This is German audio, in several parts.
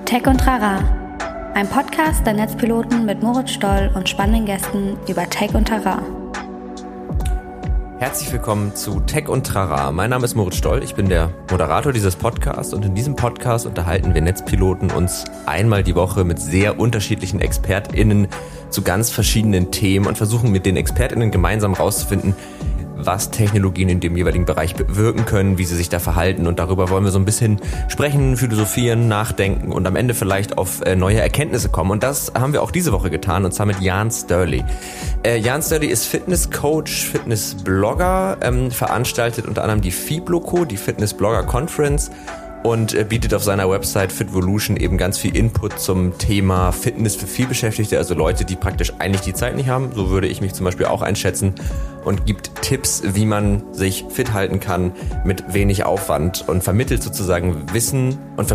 Tech und Trara, ein Podcast der Netzpiloten mit Moritz Stoll und spannenden Gästen über Tech und Trara. Herzlich willkommen zu Tech und Trara. Mein Name ist Moritz Stoll, ich bin der Moderator dieses Podcasts und in diesem Podcast unterhalten wir Netzpiloten uns einmal die Woche mit sehr unterschiedlichen ExpertInnen zu ganz verschiedenen Themen und versuchen mit den ExpertInnen gemeinsam rauszufinden, was Technologien in dem jeweiligen Bereich bewirken können, wie sie sich da verhalten, und darüber wollen wir so ein bisschen sprechen, philosophieren, nachdenken und am Ende vielleicht auf neue Erkenntnisse kommen, und das haben wir auch diese Woche getan, und zwar mit Jan Sterly. Jan Sterly ist Fitnesscoach, Fitnessblogger, veranstaltet unter anderem die Fibloco, die Fitnessblogger Conference, und bietet auf seiner Website Fitvolution eben ganz viel Input zum Thema Fitness für Vielbeschäftigte, also Leute, die praktisch eigentlich die Zeit nicht haben, so würde ich mich zum Beispiel auch einschätzen, und gibt Tipps, wie man sich fit halten kann mit wenig Aufwand, und vermittelt sozusagen Wissen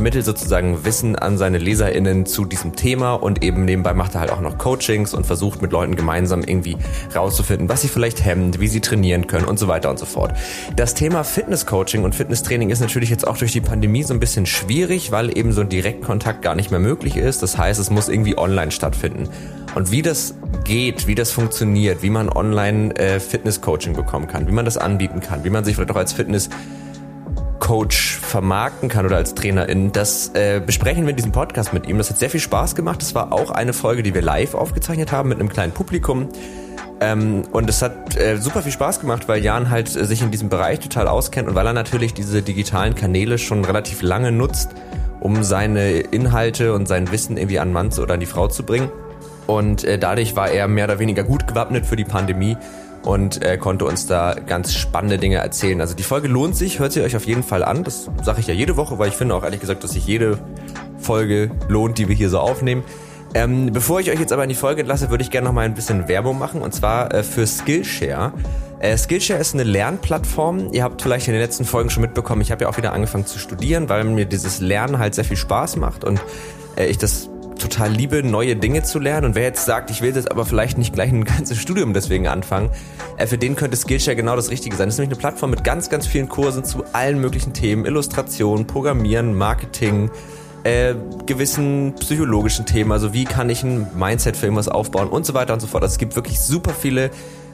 an seine LeserInnen zu diesem Thema, und eben nebenbei macht er halt auch noch Coachings und versucht mit Leuten gemeinsam irgendwie rauszufinden, was sie vielleicht hemmt, wie sie trainieren können und so weiter und so fort. Das Thema Fitnesscoaching und Fitnesstraining ist natürlich jetzt auch durch die Pandemie so ein bisschen schwierig, weil eben so ein Direktkontakt gar nicht mehr möglich ist. Das heißt, es muss irgendwie online stattfinden. Und wie das geht, wie das funktioniert, wie man online Fitness-Coaching bekommen kann, wie man das anbieten kann, wie man sich vielleicht auch als Fitness-Coach vermarkten kann oder als Trainerin, das besprechen wir in diesem Podcast mit ihm. Das hat sehr viel Spaß gemacht. Das war auch eine Folge, die wir live aufgezeichnet haben mit einem kleinen Publikum. Und es hat super viel Spaß gemacht, weil Jan halt sich in diesem Bereich total auskennt und weil er natürlich diese digitalen Kanäle schon relativ lange nutzt, um seine Inhalte und sein Wissen irgendwie an Mann oder an die Frau zu bringen. Und dadurch war er mehr oder weniger gut gewappnet für die Pandemie und konnte uns da ganz spannende Dinge erzählen. Also die Folge lohnt sich, hört sie euch auf jeden Fall an. Das sage ich ja jede Woche, weil ich finde auch ehrlich gesagt, dass sich jede Folge lohnt, die wir hier so aufnehmen. Bevor ich euch jetzt aber in die Folge entlasse, würde ich gerne noch mal ein bisschen Werbung machen, und zwar für Skillshare. Skillshare ist eine Lernplattform. Ihr habt vielleicht in den letzten Folgen schon mitbekommen, ich habe ja auch wieder angefangen zu studieren, weil mir dieses Lernen halt sehr viel Spaß macht und ich das total liebe, neue Dinge zu lernen. Und wer jetzt sagt, ich will jetzt aber vielleicht nicht gleich ein ganzes Studium deswegen anfangen, für den könnte Skillshare genau das Richtige sein. Das ist nämlich eine Plattform mit ganz, ganz vielen Kursen zu allen möglichen Themen, Illustration, Programmieren, Marketing, gewissen psychologischen Themen, also wie kann ich ein Mindset für irgendwas aufbauen und so weiter und so fort. Also es gibt wirklich super viele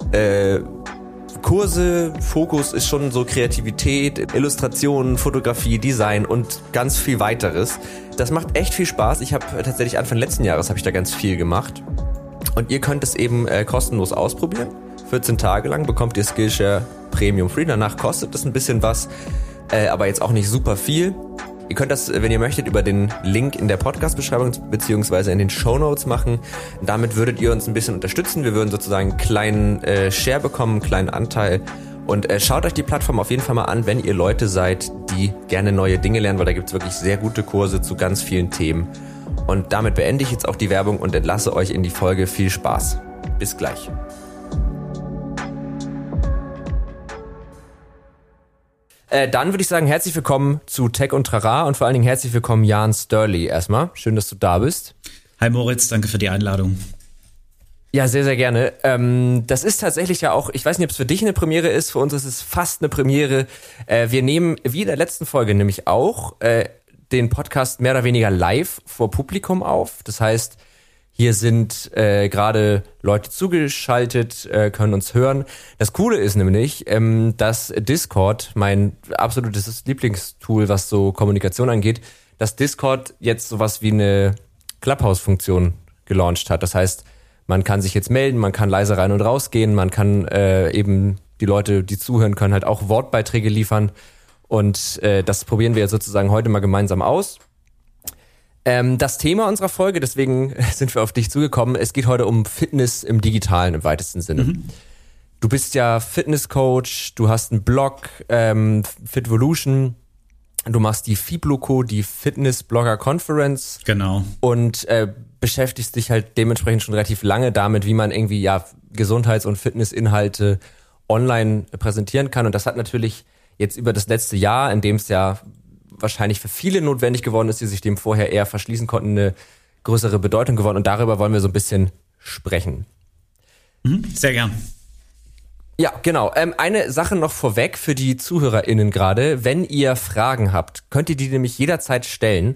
Kurse, Fokus ist schon so Kreativität, Illustration, Fotografie, Design und ganz viel weiteres. Das macht echt viel Spaß. Ich habe tatsächlich Anfang letzten Jahres habe ich da ganz viel gemacht. Und ihr könnt es eben kostenlos ausprobieren. 14 Tage lang bekommt ihr Skillshare Premium Free. Danach kostet es ein bisschen was, aber jetzt auch nicht super viel. Ihr könnt das, wenn ihr möchtet, über den Link in der Podcast-Beschreibung beziehungsweise in den Shownotes machen. Damit würdet ihr uns ein bisschen unterstützen. Wir würden sozusagen einen kleinen Share bekommen, einen kleinen Anteil. Und schaut euch die Plattform auf jeden Fall mal an, wenn ihr Leute seid, die gerne neue Dinge lernen, weil da gibt es wirklich sehr gute Kurse zu ganz vielen Themen. Und damit beende ich jetzt auch die Werbung und entlasse euch in die Folge. Viel Spaß. Bis gleich. Dann würde ich sagen, herzlich willkommen zu Tech und Trara und vor allen Dingen herzlich willkommen Jan Sterly erstmal. Schön, dass du da bist. Hi Moritz, danke für die Einladung. Ja, sehr, sehr gerne. Das ist tatsächlich ja auch, ich weiß nicht, ob es für dich eine Premiere ist, für uns ist es fast eine Premiere. Wir nehmen wie in der letzten Folge nämlich auch den Podcast mehr oder weniger live vor Publikum auf. Das heißt, hier sind gerade Leute zugeschaltet, können uns hören. Das Coole ist nämlich, dass Discord, mein absolutes Lieblingstool, was so Kommunikation angeht, dass Discord jetzt sowas wie eine Clubhouse-Funktion gelauncht hat. Das heißt, man kann sich jetzt melden, man kann leise rein und rausgehen, man kann eben die Leute, die zuhören, können halt auch Wortbeiträge liefern. Und das probieren wir jetzt sozusagen heute mal gemeinsam aus. Das Thema unserer Folge, deswegen sind wir auf dich zugekommen, es geht heute um Fitness im Digitalen im weitesten Sinne. Mhm. Du bist ja Fitnesscoach, du hast einen Blog, Fitvolution, du machst die Fibloco, die Fitnessblogger Conference. Genau. Und beschäftigst dich halt dementsprechend schon relativ lange damit, wie man irgendwie ja Gesundheits- und Fitnessinhalte online präsentieren kann. Und das hat natürlich jetzt über das letzte Jahr, in dem es ja wahrscheinlich für viele notwendig geworden ist, die sich dem vorher eher verschließen konnten, eine größere Bedeutung gewonnen. Und darüber wollen wir so ein bisschen sprechen. Sehr gern. Ja, genau. Eine Sache noch vorweg für die ZuhörerInnen gerade. Wenn ihr Fragen habt, könnt ihr die nämlich jederzeit stellen.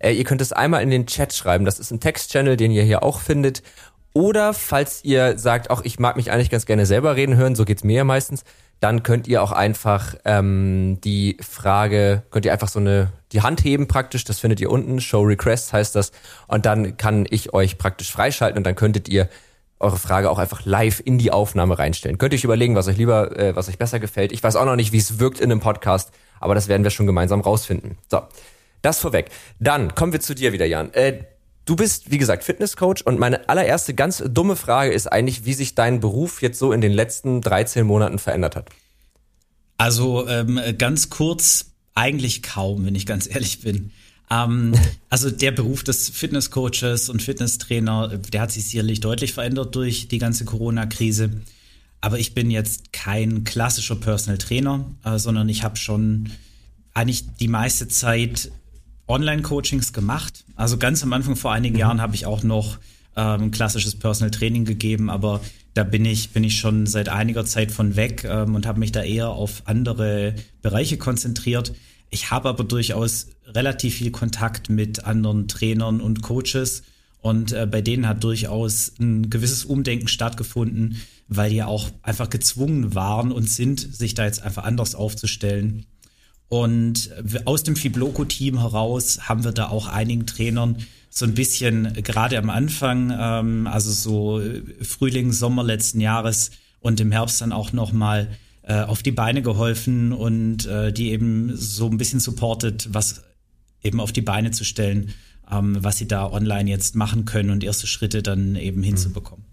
Ihr könnt es einmal in den Chat schreiben. Das ist ein Text-Channel, den ihr hier auch findet. Oder falls ihr sagt, auch ich mag mich eigentlich ganz gerne selber reden hören, so geht's mir ja meistens, dann könnt ihr auch einfach die Frage, könnt ihr einfach die Hand heben praktisch, das findet ihr unten, Show Requests heißt das, und dann kann ich euch praktisch freischalten und dann könntet ihr eure Frage auch einfach live in die Aufnahme reinstellen. Könnt ihr euch überlegen, was euch besser gefällt. Ich weiß auch noch nicht, wie es wirkt in einem Podcast, aber das werden wir schon gemeinsam rausfinden. So, das vorweg. Dann kommen wir zu dir wieder, Jan. Du bist, wie gesagt, Fitnesscoach und meine allererste ganz dumme Frage ist eigentlich, wie sich dein Beruf jetzt so in den letzten 13 Monaten verändert hat. Also ganz kurz, eigentlich kaum, wenn ich ganz ehrlich bin. Also der Beruf des Fitnesscoaches und Fitnesstrainer, der hat sich sicherlich deutlich verändert durch die ganze Corona-Krise. Aber ich bin jetzt kein klassischer Personal Trainer, sondern ich habe schon eigentlich die meiste Zeit Online-Coachings gemacht. Also ganz am Anfang vor einigen Jahren habe ich auch noch ein klassisches Personal Training gegeben, aber da bin ich schon seit einiger Zeit von weg und habe mich da eher auf andere Bereiche konzentriert. Ich habe aber durchaus relativ viel Kontakt mit anderen Trainern und Coaches und bei denen hat durchaus ein gewisses Umdenken stattgefunden, weil die ja auch einfach gezwungen waren und sind, sich da jetzt einfach anders aufzustellen. Und aus dem Fibloco-Team heraus haben wir da auch einigen Trainern so ein bisschen, gerade am Anfang, also so Frühling, Sommer letzten Jahres und im Herbst dann auch nochmal auf die Beine geholfen und die eben so ein bisschen supportet, was eben auf die Beine zu stellen, was sie da online jetzt machen können und erste Schritte dann eben hinzubekommen.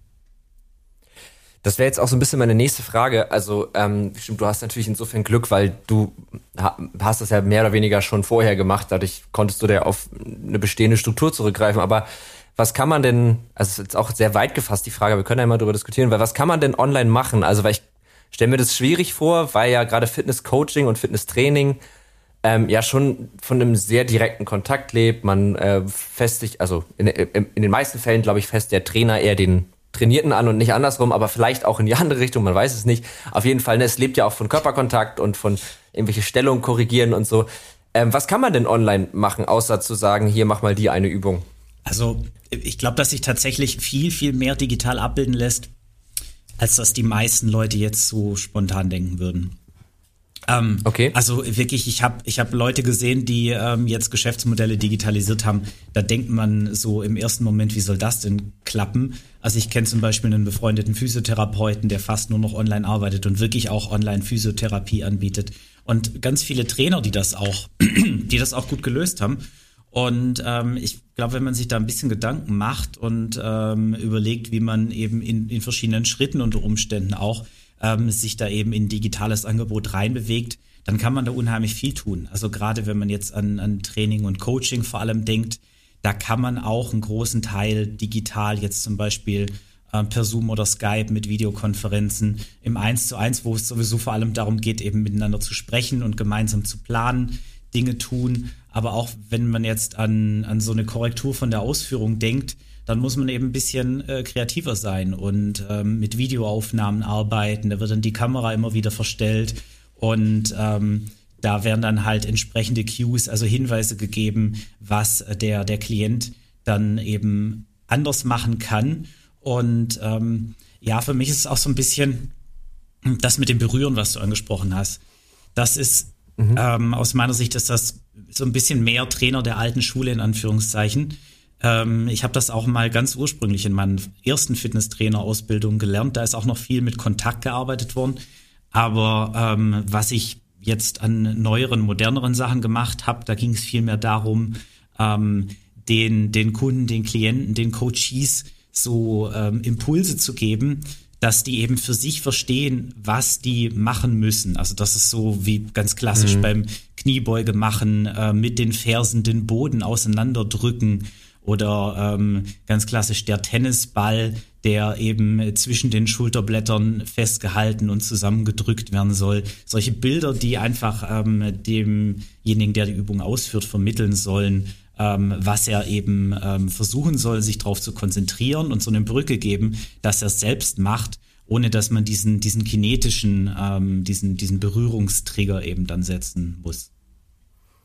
Das wäre jetzt auch so ein bisschen meine nächste Frage. Also stimmt, du hast natürlich insofern Glück, weil du hast das ja mehr oder weniger schon vorher gemacht. Dadurch konntest du da auf eine bestehende Struktur zurückgreifen. Aber was kann man denn, also es ist jetzt auch sehr weit gefasst die Frage, wir können ja mal darüber diskutieren, weil was kann man denn online machen? Also weil ich stelle mir das schwierig vor, weil ja gerade Fitness-Coaching und Fitness-Training ja schon von einem sehr direkten Kontakt lebt. Man festigt, also in den meisten Fällen, glaube ich, fest der Trainer eher den Trainierten an und nicht andersrum, aber vielleicht auch in die andere Richtung, man weiß es nicht. Auf jeden Fall, es lebt ja auch von Körperkontakt und von irgendwelche Stellungen korrigieren und so. Was kann man denn online machen, außer zu sagen, hier mach mal die eine Übung? Also ich glaube, dass sich tatsächlich viel, viel mehr digital abbilden lässt, als dass die meisten Leute jetzt so spontan denken würden. Okay. Also wirklich, ich hab Leute gesehen, die jetzt Geschäftsmodelle digitalisiert haben. Da denkt man so im ersten Moment, wie soll das denn klappen? Also ich kenne zum Beispiel einen befreundeten Physiotherapeuten, der fast nur noch online arbeitet und wirklich auch online Physiotherapie anbietet. Und ganz viele Trainer, die das auch gut gelöst haben. Und ich glaube, wenn man sich da ein bisschen Gedanken macht und überlegt, wie man eben in verschiedenen Schritten unter Umständen auch sich da eben in digitales Angebot reinbewegt, dann kann man da unheimlich viel tun. Also gerade wenn man jetzt an Training und Coaching vor allem denkt, da kann man auch einen großen Teil digital jetzt zum Beispiel per Zoom oder Skype mit Videokonferenzen im 1:1, wo es sowieso vor allem darum geht, eben miteinander zu sprechen und gemeinsam zu planen, Dinge tun. Aber auch wenn man jetzt an so eine Korrektur von der Ausführung denkt, dann muss man eben ein bisschen kreativer sein und mit Videoaufnahmen arbeiten. Da wird dann die Kamera immer wieder verstellt und da werden dann halt entsprechende Cues, also Hinweise gegeben, was der Klient dann eben anders machen kann. Und ja, für mich ist es auch so ein bisschen das mit dem Berühren, was du angesprochen hast. Das ist aus meiner Sicht ist das so ein bisschen mehr Trainer der alten Schule in Anführungszeichen. Ich habe das auch mal ganz ursprünglich in meiner ersten Fitnesstrainer-Ausbildung gelernt. Da ist auch noch viel mit Kontakt gearbeitet worden. Aber was ich jetzt an neueren, moderneren Sachen gemacht habe, da ging es viel mehr darum, den Kunden, den Klienten, den Coaches so Impulse zu geben, dass die eben für sich verstehen, was die machen müssen. Also das ist so wie ganz klassisch beim Kniebeuge machen, mit den Fersen den Boden auseinanderdrücken oder ganz klassisch der Tennisball, der eben zwischen den Schulterblättern festgehalten und zusammengedrückt werden soll. Solche Bilder, die einfach demjenigen, der die Übung ausführt, vermitteln sollen, was er eben versuchen soll, sich darauf zu konzentrieren und so eine Brücke geben, dass er es selbst macht, ohne dass man diesen kinetischen, diesen Berührungstrigger eben dann setzen muss.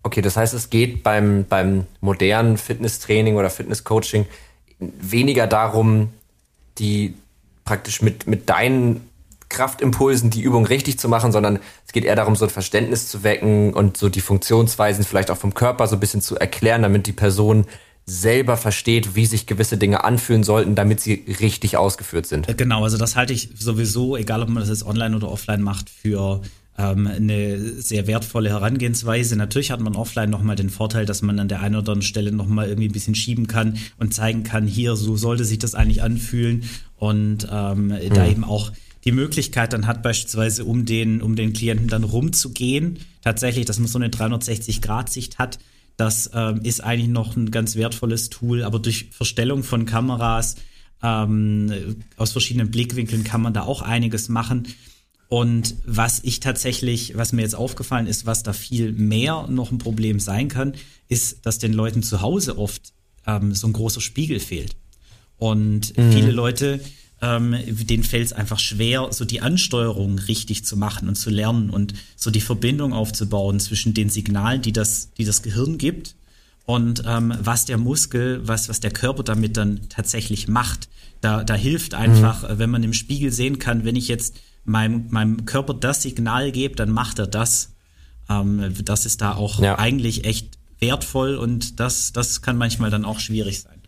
Okay, das heißt, es geht beim modernen Fitnesstraining oder Fitnesscoaching weniger darum, die praktisch mit deinen Kraftimpulsen die Übung richtig zu machen, sondern es geht eher darum, so ein Verständnis zu wecken und so die Funktionsweisen vielleicht auch vom Körper so ein bisschen zu erklären, damit die Person selber versteht, wie sich gewisse Dinge anfühlen sollten, damit sie richtig ausgeführt sind. Genau, also das halte ich sowieso, egal ob man das jetzt online oder offline macht, für eine sehr wertvolle Herangehensweise. Natürlich hat man offline nochmal den Vorteil, dass man an der einen oder anderen Stelle nochmal irgendwie ein bisschen schieben kann und zeigen kann, hier, so sollte sich das eigentlich anfühlen und da eben auch die Möglichkeit dann hat, beispielsweise um den Klienten dann rumzugehen. Tatsächlich, dass man so eine 360-Grad-Sicht hat, das ist eigentlich noch ein ganz wertvolles Tool, aber durch Verstellung von Kameras aus verschiedenen Blickwinkeln kann man da auch einiges machen. Und was mir jetzt aufgefallen ist, was da viel mehr noch ein Problem sein kann, ist, dass den Leuten zu Hause oft so ein großer Spiegel fehlt. Und viele Leute, denen fällt es einfach schwer, so die Ansteuerung richtig zu machen und zu lernen und so die Verbindung aufzubauen zwischen den Signalen, die das Gehirn gibt und was der Muskel, was der Körper damit dann tatsächlich macht. Da hilft einfach, wenn man im Spiegel sehen kann, wenn ich jetzt meinem Körper das Signal gebe, dann macht er das. Das ist da auch eigentlich echt wertvoll und das kann manchmal dann auch schwierig sein.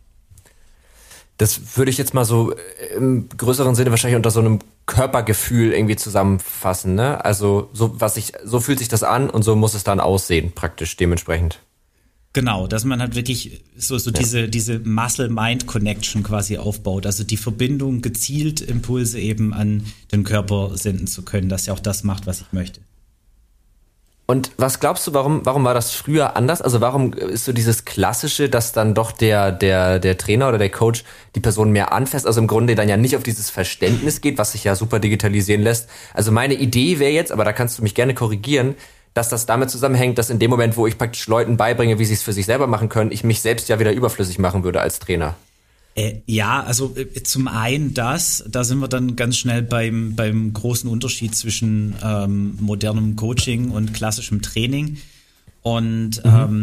Das würde ich jetzt mal so im größeren Sinne wahrscheinlich unter so einem Körpergefühl irgendwie zusammenfassen, ne? Also so fühlt sich das an und so muss es dann aussehen, praktisch dementsprechend. Genau, dass man halt wirklich so diese Muscle-Mind-Connection quasi aufbaut, also die Verbindung gezielt Impulse eben an den Körper senden zu können, dass er auch das macht, was ich möchte. Und was glaubst du, warum war das früher anders? Also warum ist so dieses Klassische, dass dann doch der Trainer oder der Coach die Person mehr anfasst, also im Grunde dann ja nicht auf dieses Verständnis geht, was sich ja super digitalisieren lässt? Also meine Idee wäre jetzt, aber da kannst du mich gerne korrigieren, dass das damit zusammenhängt, dass in dem Moment, wo ich praktisch Leuten beibringe, wie sie es für sich selber machen können, ich mich selbst ja wieder überflüssig machen würde als Trainer. Ja, also zum einen da sind wir dann ganz schnell beim großen Unterschied zwischen modernem Coaching und klassischem Training. Und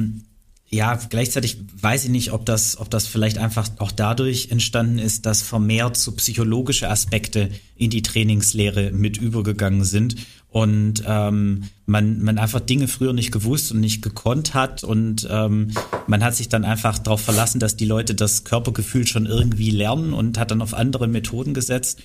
gleichzeitig weiß ich nicht, ob das vielleicht einfach auch dadurch entstanden ist, dass vermehrt so psychologische Aspekte in die Trainingslehre mit übergegangen sind und man einfach Dinge früher nicht gewusst und nicht gekonnt hat und man hat sich dann einfach darauf verlassen, dass die Leute das Körpergefühl schon irgendwie lernen und hat dann auf andere Methoden gesetzt.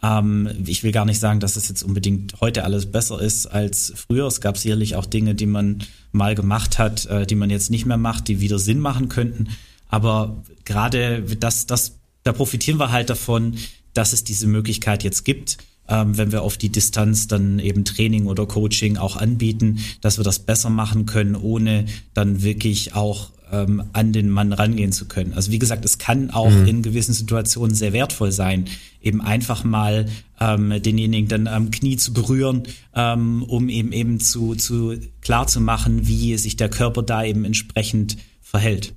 Ich will gar nicht sagen, dass es jetzt unbedingt heute alles besser ist als früher. Es gab sicherlich auch Dinge, die man mal gemacht hat, die man jetzt nicht mehr macht, die wieder Sinn machen könnten. Aber gerade da profitieren wir halt davon, dass es diese Möglichkeit jetzt gibt, wenn wir auf die Distanz dann eben Training oder Coaching auch anbieten, dass wir das besser machen können, ohne dann wirklich auch an den Mann rangehen zu können. Also wie gesagt, es kann auch in gewissen Situationen sehr wertvoll sein, eben einfach mal denjenigen dann am Knie zu berühren, um eben zu klar zu machen, wie sich der Körper da eben entsprechend verhält.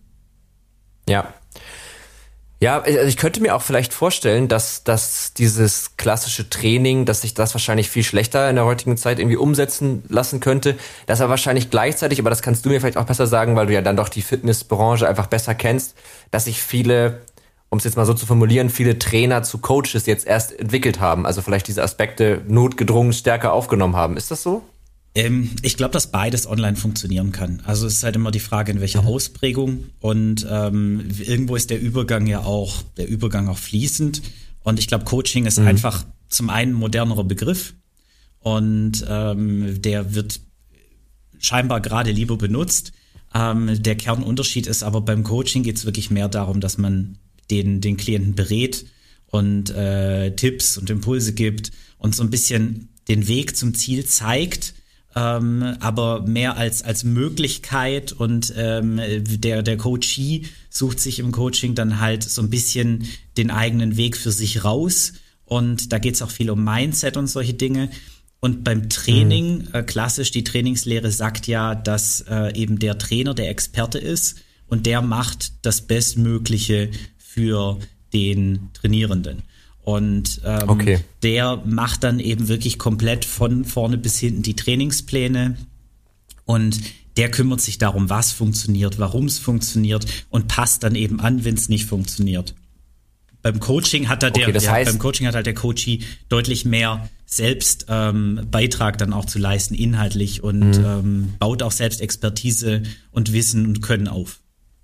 Ja. Ja, also ich könnte mir auch vielleicht vorstellen, dass dieses klassische Training, dass sich das wahrscheinlich viel schlechter in der heutigen Zeit irgendwie umsetzen lassen könnte, dass er wahrscheinlich gleichzeitig, aber das kannst du mir vielleicht auch besser sagen, weil du ja dann doch die Fitnessbranche einfach besser kennst, dass sich viele, um es jetzt mal so zu formulieren, viele Trainer zu Coaches jetzt erst entwickelt haben, also vielleicht diese Aspekte notgedrungen stärker aufgenommen haben. Ist das so? Ich glaube, dass beides online funktionieren kann. Also es ist halt immer die Frage, in welcher Ausprägung. Und irgendwo ist der Übergang auch fließend. Und ich glaube, Coaching ist einfach zum einen ein modernerer Begriff. Und der wird scheinbar gerade lieber benutzt. Der Kernunterschied ist aber, beim Coaching geht es wirklich mehr darum, dass man den Klienten berät und Tipps und Impulse gibt und so ein bisschen den Weg zum Ziel zeigt, aber mehr als Möglichkeit, und der Coachee sucht sich im Coaching dann halt so ein bisschen den eigenen Weg für sich raus, und da geht es auch viel um Mindset und solche Dinge. Und beim Training, klassisch, die Trainingslehre sagt ja, dass eben der Trainer der Experte ist und der macht das Bestmögliche für den Trainierenden. Und der macht dann eben wirklich komplett von vorne bis hinten die Trainingspläne, und der kümmert sich darum, was funktioniert, warum es funktioniert und passt dann eben an, wenn es nicht funktioniert. Beim Coaching hat beim Coaching hat halt der Coachee deutlich mehr selbst Beitrag dann auch zu leisten, inhaltlich und baut auch selbst Expertise und Wissen und Können auf.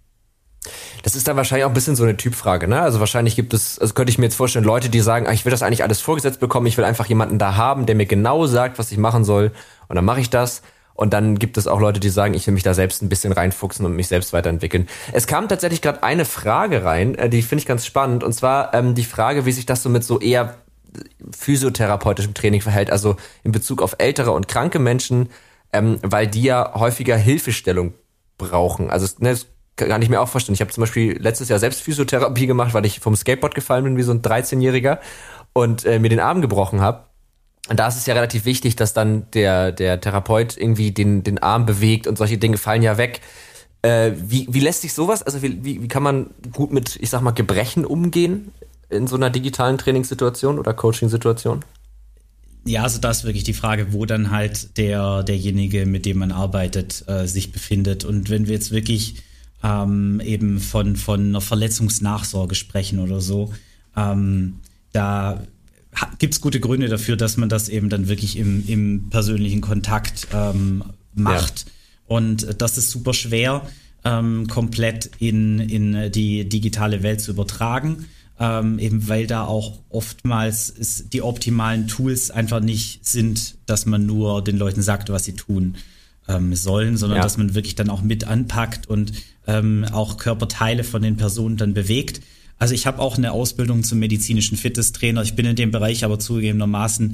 Das ist dann wahrscheinlich auch ein bisschen so eine Typfrage, ne? Also wahrscheinlich könnte ich mir jetzt vorstellen, Leute, die sagen, ich will das eigentlich alles vorgesetzt bekommen, ich will einfach jemanden da haben, der mir genau sagt, was ich machen soll, und dann mache ich das. Und dann gibt es auch Leute, die sagen, ich will mich da selbst ein bisschen reinfuchsen und mich selbst weiterentwickeln. Es kam tatsächlich gerade eine Frage rein, die finde ich ganz spannend, und zwar die Frage, wie sich das so mit so eher physiotherapeutischem Training verhält, also in Bezug auf ältere und kranke Menschen, weil die ja häufiger Hilfestellung brauchen. Also das kann ich mir auch vorstellen. Ich habe zum Beispiel letztes Jahr selbst Physiotherapie gemacht, weil ich vom Skateboard gefallen bin wie so ein 13-Jähriger und mir den Arm gebrochen habe. Und da ist es ja relativ wichtig, dass dann der Therapeut irgendwie den Arm bewegt und solche Dinge fallen ja weg. Wie lässt sich sowas, also wie kann man gut mit, ich sag mal, Gebrechen umgehen in so einer digitalen Trainingssituation oder Coaching-Situation? Ja, also da ist wirklich die Frage, wo dann halt derjenige, mit dem man arbeitet, sich befindet. Und wenn wir jetzt wirklich eben von einer Verletzungsnachsorge sprechen oder so, da gibt's gute Gründe dafür, dass man das eben dann wirklich im persönlichen Kontakt macht. Ja. Und das ist super schwer, komplett in die digitale Welt zu übertragen, eben weil da auch oftmals die optimalen Tools einfach nicht sind, dass man nur den Leuten sagt, was sie tun sollen, sondern dass man wirklich dann auch mit anpackt und auch Körperteile von den Personen dann bewegt. Also ich habe auch eine Ausbildung zum medizinischen Fitnesstrainer. Ich bin in dem Bereich aber zugegebenermaßen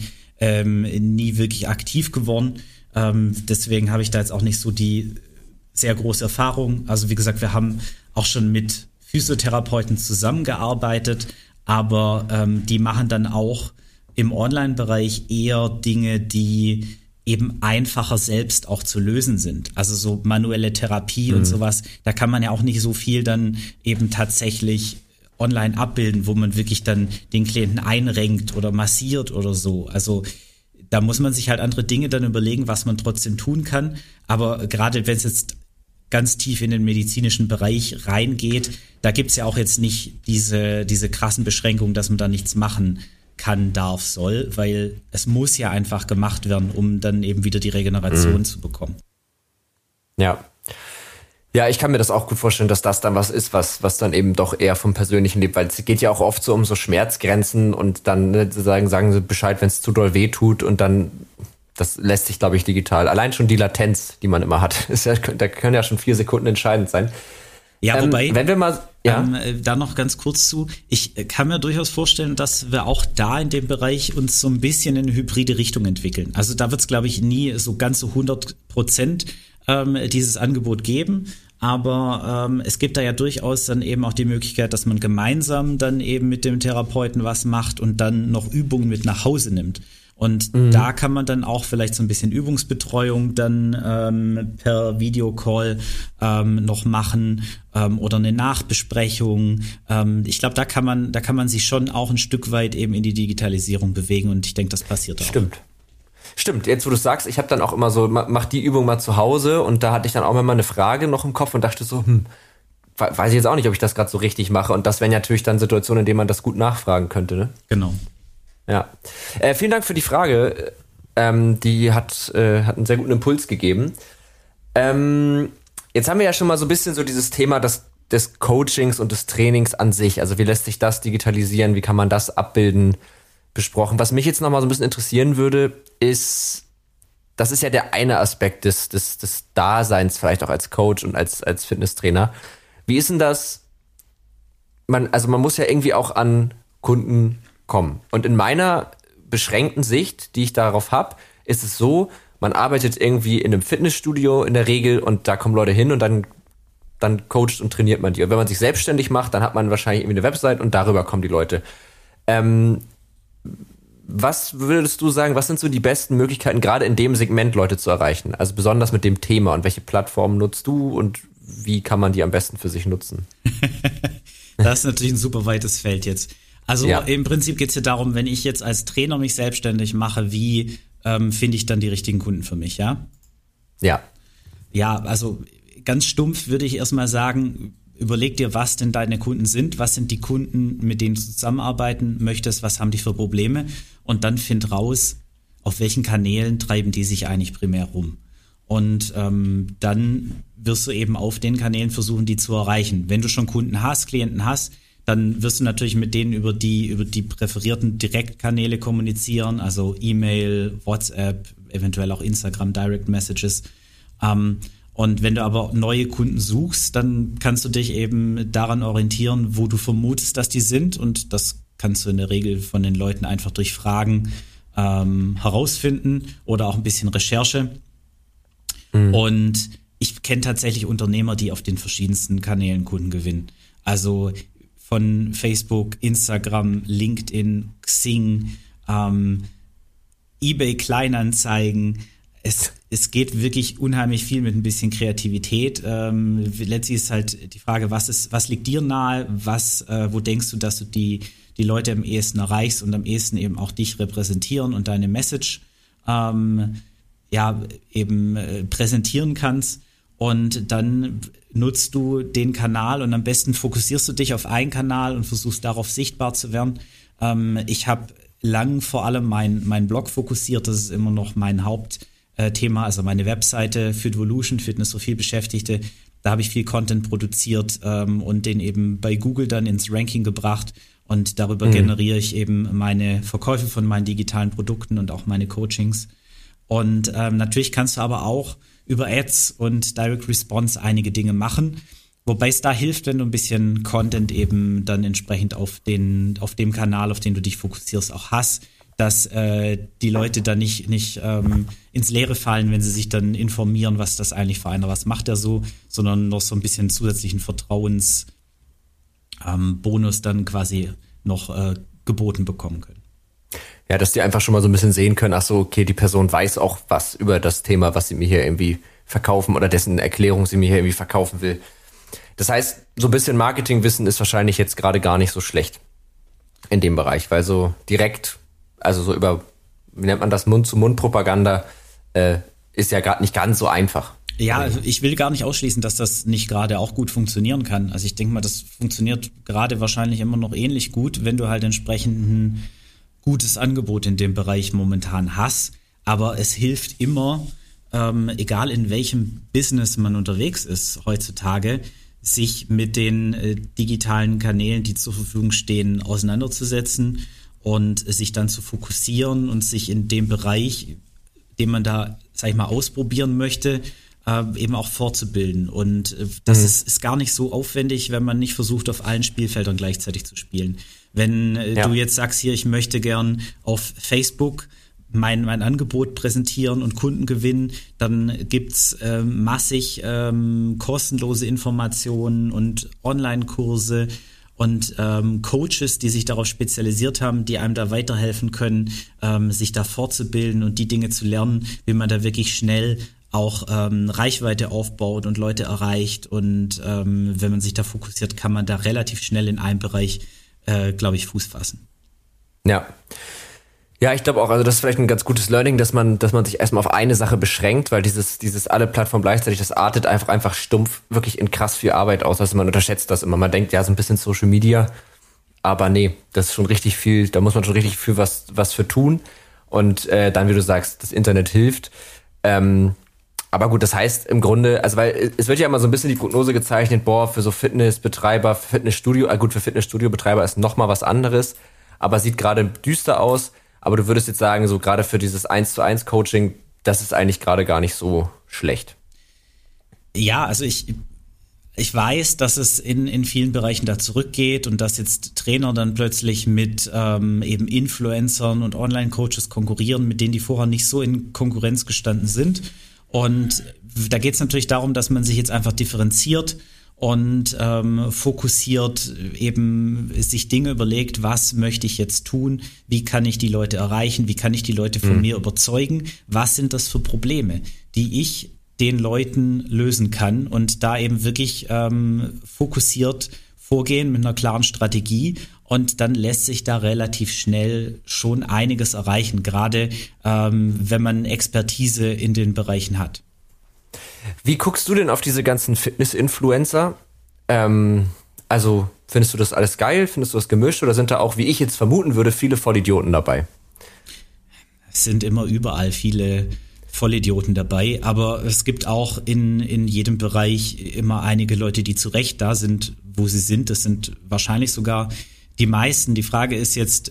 nie wirklich aktiv geworden. Deswegen habe ich da jetzt auch nicht so die sehr große Erfahrung. Also wie gesagt, wir haben auch schon mit Physiotherapeuten zusammengearbeitet, aber die machen dann auch im Online-Bereich eher Dinge, die eben einfacher selbst auch zu lösen sind. Also so manuelle Therapie und sowas. Da kann man ja auch nicht so viel dann eben tatsächlich online abbilden, wo man wirklich dann den Klienten einrenkt oder massiert oder so. Also da muss man sich halt andere Dinge dann überlegen, was man trotzdem tun kann. Aber gerade wenn es jetzt ganz tief in den medizinischen Bereich reingeht, da gibt's ja auch jetzt nicht diese krassen Beschränkungen, dass man da nichts machen kann, darf, soll, weil es muss ja einfach gemacht werden, um dann eben wieder die Regeneration zu bekommen. Ja. Ja, ich kann mir das auch gut vorstellen, dass das dann was ist, was dann eben doch eher vom Persönlichen lebt, weil es geht ja auch oft so um so Schmerzgrenzen und dann sagen sie Bescheid, wenn es zu doll weh tut, und dann, das lässt sich, glaube ich, digital. Allein schon die Latenz, die man immer hat, da können ja schon 4 Sekunden entscheidend sein. Ja, wobei, wenn wir mal, da noch ganz kurz zu, ich kann mir durchaus vorstellen, dass wir auch da in dem Bereich uns so ein bisschen in eine hybride Richtung entwickeln. Also da wird es, glaube ich, nie so ganz so 100% dieses Angebot geben. Aber es gibt da ja durchaus dann eben auch die Möglichkeit, dass man gemeinsam dann eben mit dem Therapeuten was macht und dann noch Übungen mit nach Hause nimmt. Und da kann man dann auch vielleicht so ein bisschen Übungsbetreuung dann per Videocall noch machen oder eine Nachbesprechung. Ich glaube, da kann man sich schon auch ein Stück weit eben in die Digitalisierung bewegen, und ich denke, das passiert auch. Stimmt, jetzt wo du sagst, ich habe dann auch immer so, mach die Übung mal zu Hause, und da hatte ich dann auch immer eine Frage noch im Kopf und dachte so, weiß ich jetzt auch nicht, ob ich das gerade so richtig mache, und das wären natürlich dann Situationen, in denen man das gut nachfragen könnte, ne? Genau. Ja. Vielen Dank für die Frage, die hat einen sehr guten Impuls gegeben. Jetzt haben wir ja schon mal so ein bisschen so dieses Thema des Coachings und des Trainings an sich, also wie lässt sich das digitalisieren, wie kann man das abbilden, besprochen. Was mich jetzt noch mal so ein bisschen interessieren würde, ist, das ist ja der eine Aspekt des Daseins, vielleicht auch als Coach und als Fitnesstrainer. Wie ist denn das? Man muss ja irgendwie auch an Kunden kommen. Und in meiner beschränkten Sicht, die ich darauf habe, ist es so, man arbeitet irgendwie in einem Fitnessstudio in der Regel, und da kommen Leute hin und dann coacht und trainiert man die. Und wenn man sich selbstständig macht, dann hat man wahrscheinlich irgendwie eine Website und darüber kommen die Leute. Was würdest du sagen, was sind so die besten Möglichkeiten, gerade in dem Segment Leute zu erreichen? Also besonders mit dem Thema, und welche Plattformen nutzt du und wie kann man die am besten für sich nutzen? Das ist natürlich ein super weites Feld jetzt. Also im Prinzip geht es ja darum, wenn ich jetzt als Trainer mich selbstständig mache, wie finde ich dann die richtigen Kunden für mich, ja? Ja. Ja, also ganz stumpf würde ich erstmal sagen, überleg dir, was denn deine Kunden sind, was sind die Kunden, mit denen du zusammenarbeiten möchtest, was haben die für Probleme und dann find raus, auf welchen Kanälen treiben die sich eigentlich primär rum. Und dann wirst du eben auf den Kanälen versuchen, die zu erreichen. Wenn du schon Kunden hast, Klienten hast, dann wirst du natürlich mit denen über die präferierten Direktkanäle kommunizieren, also E-Mail, WhatsApp, eventuell auch Instagram, Direct Messages. Und wenn du aber neue Kunden suchst, dann kannst du dich eben daran orientieren, wo du vermutest, dass die sind. Und das kannst du in der Regel von den Leuten einfach durch Fragen herausfinden oder auch ein bisschen Recherche. Und ich kenne tatsächlich Unternehmer, die auf den verschiedensten Kanälen Kunden gewinnen. Also von Facebook, Instagram, LinkedIn, Xing, eBay Kleinanzeigen. Es geht wirklich unheimlich viel mit ein bisschen Kreativität. Letztlich ist halt die Frage, was liegt dir nahe? Wo denkst du, dass du die Leute am ehesten erreichst und am ehesten eben auch dich repräsentieren und deine Message präsentieren kannst? Und dann nutzt du den Kanal und am besten fokussierst du dich auf einen Kanal und versuchst darauf sichtbar zu werden. Ich habe lang vor allem mein Blog fokussiert, das ist immer noch mein Hauptthema, also meine Webseite Fitvolution, Fitness für viel Beschäftigte. Da habe ich viel Content produziert und den eben bei Google dann ins Ranking gebracht und darüber generiere ich eben meine Verkäufe von meinen digitalen Produkten und auch meine Coachings. Und natürlich kannst du aber auch über Ads und Direct Response einige Dinge machen, wobei es da hilft, wenn du ein bisschen Content eben dann entsprechend auf dem Kanal, auf den du dich fokussierst, auch hast, dass die Leute dann nicht ins Leere fallen, wenn sie sich dann informieren, was das eigentlich für einer, was macht er so, sondern noch so ein bisschen zusätzlichen Vertrauensbonus dann quasi noch geboten bekommen können. Ja, dass die einfach schon mal so ein bisschen sehen können, ach so, okay, die Person weiß auch was über das Thema, was sie mir hier irgendwie verkaufen oder dessen Erklärung sie mir hier irgendwie verkaufen will. Das heißt, so ein bisschen Marketingwissen ist wahrscheinlich jetzt gerade gar nicht so schlecht in dem Bereich, weil so direkt, also so über, wie nennt man das, Mund-zu-Mund-Propaganda ist ja gerade nicht ganz so einfach. Ja, also ich will gar nicht ausschließen, dass das nicht gerade auch gut funktionieren kann. Also ich denke mal, das funktioniert gerade wahrscheinlich immer noch ähnlich gut, wenn du halt entsprechend ein gutes Angebot in dem Bereich momentan hast. Aber es hilft immer, egal in welchem Business man unterwegs ist heutzutage, sich mit den digitalen Kanälen, die zur Verfügung stehen, auseinanderzusetzen und sich dann zu fokussieren und sich in dem Bereich, den man da, sag ich mal, ausprobieren möchte, eben auch fortzubilden. Und das ist gar nicht so aufwendig, wenn man nicht versucht, auf allen Spielfeldern gleichzeitig zu spielen. Wenn du jetzt sagst, hier, ich möchte gern auf Facebook mein Angebot präsentieren und Kunden gewinnen, dann gibt's massig kostenlose Informationen und Online-Kurse und Coaches, die sich darauf spezialisiert haben, die einem da weiterhelfen können, sich da fortzubilden und die Dinge zu lernen, wie man da wirklich schnell auch Reichweite aufbaut und Leute erreicht. Und wenn man sich da fokussiert, kann man da relativ schnell in einem Bereich, glaube ich, Fuß fassen. Ja. Ja, ich glaube auch, also das ist vielleicht ein ganz gutes Learning, dass man sich erstmal auf eine Sache beschränkt, weil dieses alle Plattformen gleichzeitig, das artet einfach stumpf wirklich in krass viel Arbeit aus. Also man unterschätzt das immer. Man denkt, ja, so ein bisschen Social Media, aber nee, das ist schon richtig viel, da muss man schon richtig viel was für tun. Und dann, wie du sagst, das Internet hilft. Aber gut, das heißt im Grunde, also weil es wird ja immer so ein bisschen die Prognose gezeichnet, boah, für so Fitnessbetreiber, für Fitnessstudiobetreiber ist nochmal was anderes, aber sieht gerade düster aus. Aber du würdest jetzt sagen, so gerade für dieses 1:1 Coaching, das ist eigentlich gerade gar nicht so schlecht. Ja, also ich weiß, dass es in vielen Bereichen da zurückgeht und dass jetzt Trainer dann plötzlich mit eben Influencern und Online-Coaches konkurrieren, mit denen die vorher nicht so in Konkurrenz gestanden sind. Und da geht es natürlich darum, dass man sich jetzt einfach differenziert und fokussiert eben sich Dinge überlegt, was möchte ich jetzt tun, wie kann ich die Leute erreichen, wie kann ich die Leute von mir überzeugen, was sind das für Probleme, die ich den Leuten lösen kann und da eben wirklich fokussiert vorgehen mit einer klaren Strategie und dann lässt sich da relativ schnell schon einiges erreichen, gerade wenn man Expertise in den Bereichen hat. Wie guckst du denn auf diese ganzen Fitness-Influencer? Also findest du das alles geil? Findest du das gemischt? Oder sind da auch, wie ich jetzt vermuten würde, viele Vollidioten dabei? Es sind immer überall viele Vollidioten dabei, aber es gibt auch in jedem Bereich immer einige Leute, die zu Recht da sind, wo sie sind. Das sind wahrscheinlich sogar die meisten. Die Frage ist jetzt,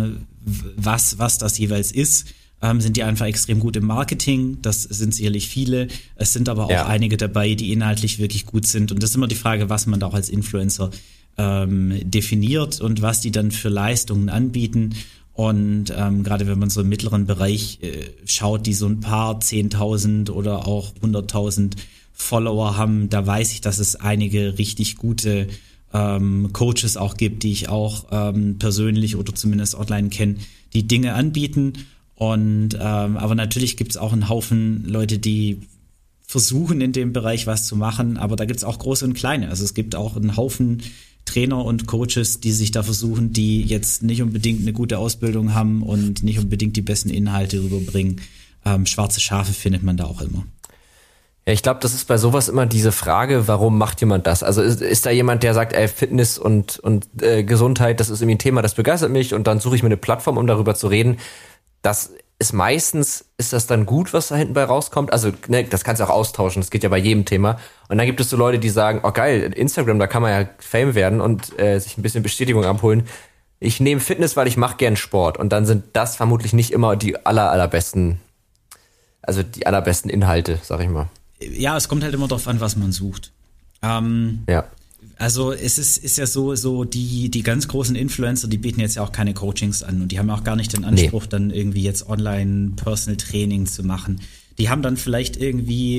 was das jeweils ist. Sind die einfach extrem gut im Marketing? Das sind sicherlich viele. Es sind aber auch einige dabei, die inhaltlich wirklich gut sind. Und das ist immer die Frage, was man da auch als Influencer definiert und was die dann für Leistungen anbieten. Und gerade wenn man so im mittleren Bereich schaut, die so ein paar 10.000 oder auch 100.000 Follower haben, da weiß ich, dass es einige richtig gute Coaches auch gibt, die ich auch persönlich oder zumindest online kenne, die Dinge anbieten. Und aber natürlich gibt es auch einen Haufen Leute, die versuchen in dem Bereich was zu machen, aber da gibt es auch große und kleine. Also es gibt auch einen Haufen Trainer und Coaches, die sich da versuchen, die jetzt nicht unbedingt eine gute Ausbildung haben und nicht unbedingt die besten Inhalte rüberbringen. Schwarze Schafe findet man da auch immer. Ja, ich glaube, das ist bei sowas immer diese Frage, warum macht jemand das? Also ist da jemand, der sagt, Fitness und Gesundheit, das ist irgendwie ein Thema, das begeistert mich und dann suche ich mir eine Plattform, um darüber zu reden. Das ist meistens, ist das dann gut, was da hinten bei rauskommt? Also, ne, das kannst du auch austauschen, das geht ja bei jedem Thema. Und dann gibt es so Leute, die sagen, oh geil, Instagram, da kann man ja Fame werden und sich ein bisschen Bestätigung abholen. Ich nehme Fitness, weil ich mache gern Sport. Und dann sind das vermutlich nicht immer die allerbesten, also die allerbesten Inhalte, sag ich mal. Ja, es kommt halt immer darauf an, was man sucht. Ja. Also es ist ja so die ganz großen Influencer, die bieten jetzt ja auch keine Coachings an und die haben auch gar nicht den Anspruch, dann irgendwie jetzt online Personal Training zu machen. Die haben dann vielleicht irgendwie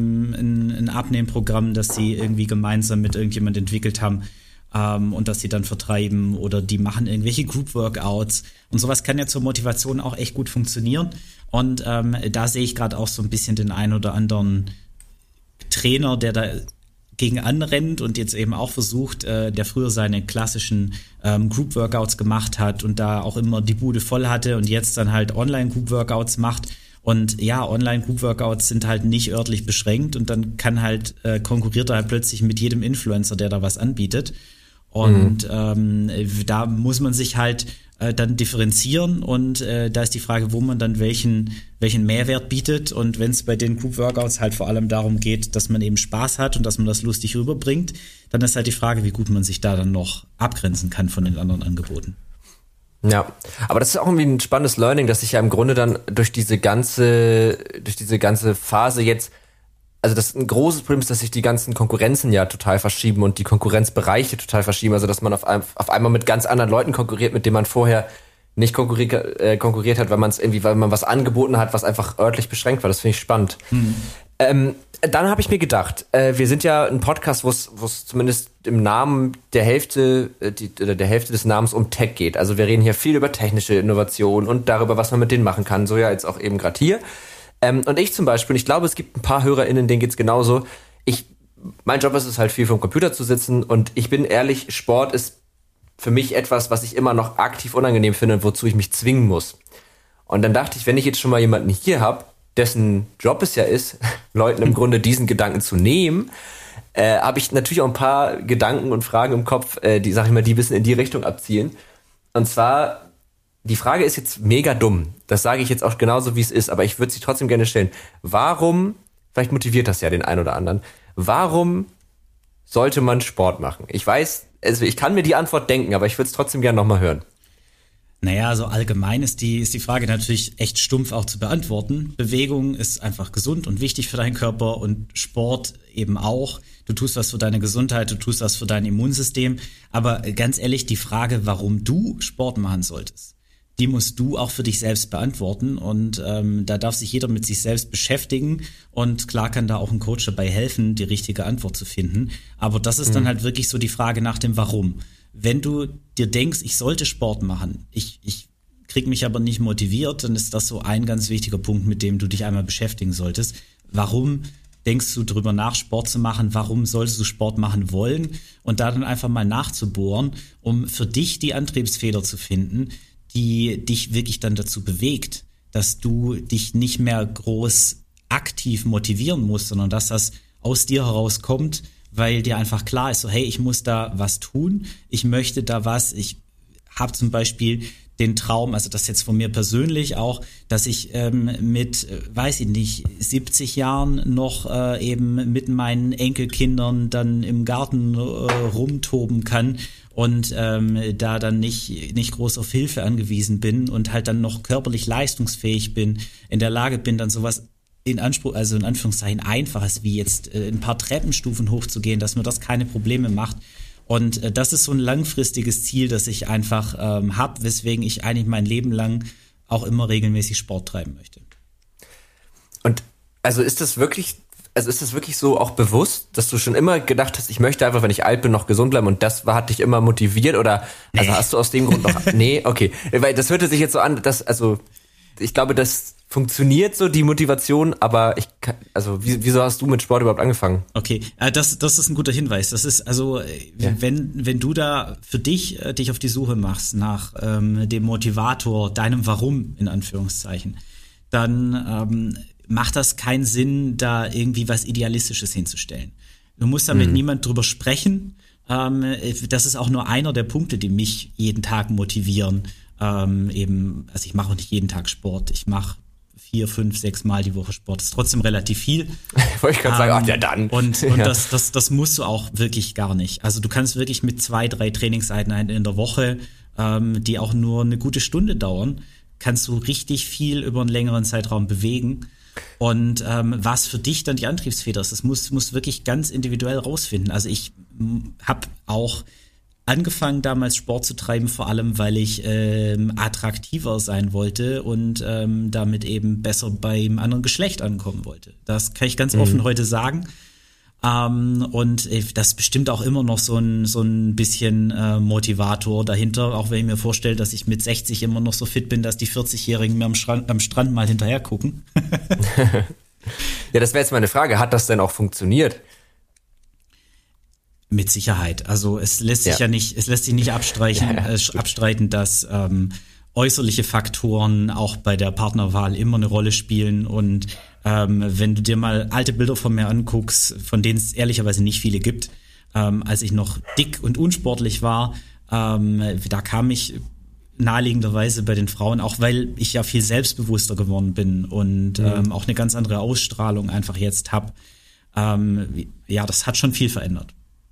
ein Abnehmprogramm, das sie irgendwie gemeinsam mit irgendjemand entwickelt haben und das sie dann vertreiben oder die machen irgendwelche Group Workouts und sowas kann ja zur Motivation auch echt gut funktionieren und da sehe ich gerade auch so ein bisschen den einen oder anderen Trainer, der da gegen anrennt und jetzt eben auch versucht, der früher seine klassischen Group-Workouts gemacht hat und da auch immer die Bude voll hatte und jetzt dann halt Online-Group-Workouts macht. Und ja, Online-Group-Workouts sind halt nicht örtlich beschränkt und dann kann halt, konkurriert er halt plötzlich mit jedem Influencer, der da was anbietet. Und da muss man sich halt dann differenzieren und da ist die Frage, wo man dann welchen Mehrwert bietet und wenn es bei den Group Workouts halt vor allem darum geht, dass man eben Spaß hat und dass man das lustig rüberbringt, dann ist halt die Frage, wie gut man sich da dann noch abgrenzen kann von den anderen Angeboten. Ja, aber das ist auch irgendwie ein spannendes Learning, dass sich ja im Grunde dann durch diese ganze Phase jetzt, also das ein großes Problem ist, dass sich die ganzen Konkurrenzen ja total verschieben und die Konkurrenzbereiche total verschieben, also dass man auf einmal mit ganz anderen Leuten konkurriert, mit denen man vorher nicht konkurriert hat, weil man was angeboten hat, was einfach örtlich beschränkt war. Das finde ich spannend. Dann habe ich mir gedacht, wir sind ja ein Podcast, wo es zumindest im Namen der Hälfte des Namens um Tech geht. Also wir reden hier viel über technische Innovation und darüber, was man mit denen machen kann. So ja jetzt auch eben gerade hier. Und ich zum Beispiel, ich glaube, es gibt ein paar HörerInnen, denen geht's genauso. Mein Job ist es halt viel vom Computer zu sitzen und ich bin ehrlich, Sport ist für mich etwas, was ich immer noch aktiv unangenehm finde und wozu ich mich zwingen muss. Und dann dachte ich, wenn ich jetzt schon mal jemanden hier habe, dessen Job es ja ist, Leuten im Grunde diesen Gedanken zu nehmen, habe ich natürlich auch ein paar Gedanken und Fragen im Kopf, die, sag ich mal, die ein bisschen in die Richtung abzielen. Und zwar, die Frage ist jetzt mega dumm. Das sage ich jetzt auch genauso, wie es ist, aber ich würde sie trotzdem gerne stellen. Warum, vielleicht motiviert das ja den einen oder anderen, warum sollte man Sport machen? Ich weiß, also ich kann mir die Antwort denken, aber ich würde es trotzdem gerne nochmal hören. Naja, so allgemein ist die Frage natürlich echt stumpf auch zu beantworten. Bewegung ist einfach gesund und wichtig für deinen Körper und Sport eben auch. Du tust was für deine Gesundheit, du tust was für dein Immunsystem. Aber ganz ehrlich, die Frage, warum du Sport machen solltest, die musst du auch für dich selbst beantworten und da darf sich jeder mit sich selbst beschäftigen und klar kann da auch ein Coach dabei helfen, die richtige Antwort zu finden. Aber das ist dann halt wirklich so die Frage nach dem Warum. Wenn du dir denkst, ich sollte Sport machen, ich krieg mich aber nicht motiviert, dann ist das so ein ganz wichtiger Punkt, mit dem du dich einmal beschäftigen solltest. Warum denkst du drüber nach, Sport zu machen? Warum solltest du Sport machen wollen? Und da dann einfach mal nachzubohren, um für dich die Antriebsfeder zu finden, die dich wirklich dann dazu bewegt, dass du dich nicht mehr groß aktiv motivieren musst, sondern dass das aus dir herauskommt, weil dir einfach klar ist, so hey, ich muss da was tun, ich möchte da was, ich habe zum Beispiel den Traum, also das jetzt von mir persönlich auch, dass ich mit, weiß ich nicht, 70 Jahren noch eben mit meinen Enkelkindern dann im Garten rumtoben kann und da dann nicht groß auf Hilfe angewiesen bin und halt dann noch körperlich leistungsfähig bin, in der Lage bin, dann sowas in Anführungszeichen Einfaches wie jetzt ein paar Treppenstufen hochzugehen, dass mir das keine Probleme macht. Und das ist so ein langfristiges Ziel, das ich einfach habe, weswegen ich eigentlich mein Leben lang auch immer regelmäßig Sport treiben möchte. Und also ist das wirklich so auch bewusst, dass du schon immer gedacht hast, ich möchte einfach, wenn ich alt bin, noch gesund bleiben und das hat dich immer motiviert oder also hast du aus dem Grund noch, nee, okay, weil das hörte sich jetzt so an, ich glaube, das funktioniert so, die Motivation, aber wieso hast du mit Sport überhaupt angefangen? Okay, das ist ein guter Hinweis. Das ist also, wenn du da für dich auf die Suche machst nach dem Motivator, deinem Warum, in Anführungszeichen, dann macht das keinen Sinn, da irgendwie was Idealistisches hinzustellen. Du musst da mit niemand drüber sprechen. Das ist auch nur einer der Punkte, die mich jeden Tag motivieren. Ich mache auch nicht jeden Tag Sport. Ich mache 4, 5, 6 Mal die Woche Sport. Das ist trotzdem relativ viel. Wollte ich gerade sagen, ach ja dann. Und das musst du auch wirklich gar nicht. Also du kannst wirklich mit 2, 3 Trainingseinheiten in der Woche, die auch nur eine gute Stunde dauern, kannst du richtig viel über einen längeren Zeitraum bewegen. Und was für dich dann die Antriebsfeder ist, das musst wirklich ganz individuell rausfinden. Also ich habe auch angefangen damals Sport zu treiben, vor allem weil ich attraktiver sein wollte und damit eben besser beim anderen Geschlecht ankommen wollte. Das kann ich ganz offen heute sagen. Und das ist bestimmt auch immer noch so ein bisschen Motivator dahinter, auch wenn ich mir vorstelle, dass ich mit 60 immer noch so fit bin, dass die 40-Jährigen mir am Strand mal hinterher gucken. Ja, das wäre jetzt meine Frage. Hat das denn auch funktioniert? Mit Sicherheit. Also es lässt sich nicht abstreiten, dass äußerliche Faktoren auch bei der Partnerwahl immer eine Rolle spielen. Und wenn du dir mal alte Bilder von mir anguckst, von denen es ehrlicherweise nicht viele gibt, als ich noch dick und unsportlich war, da kam ich naheliegenderweise bei den Frauen, auch weil ich ja viel selbstbewusster geworden bin und auch eine ganz andere Ausstrahlung einfach jetzt habe. Das hat schon viel verändert.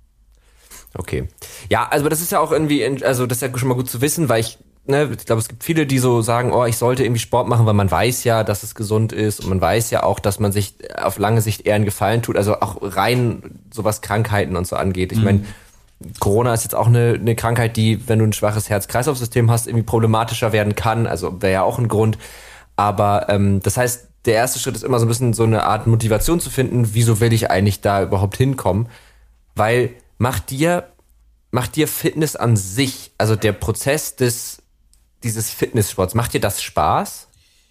Okay. Ja, also das ist ja auch irgendwie, also das ist ja schon mal gut zu wissen, weil ich glaube, es gibt viele, die so sagen, ich sollte irgendwie Sport machen, weil man weiß ja, dass es gesund ist und man weiß ja auch, dass man sich auf lange Sicht eher einen Gefallen tut, also auch rein so was Krankheiten und so angeht. Ich meine, Corona ist jetzt auch eine Krankheit, die, wenn du ein schwaches Herz-Kreislauf-System hast, irgendwie problematischer werden kann, also wäre ja auch ein Grund. Aber das heißt, der erste Schritt ist immer so ein bisschen so eine Art Motivation zu finden, wieso will ich eigentlich da überhaupt hinkommen, weil macht dir Fitness an sich, also der Prozess dieses Fitnesssports, macht dir das Spaß?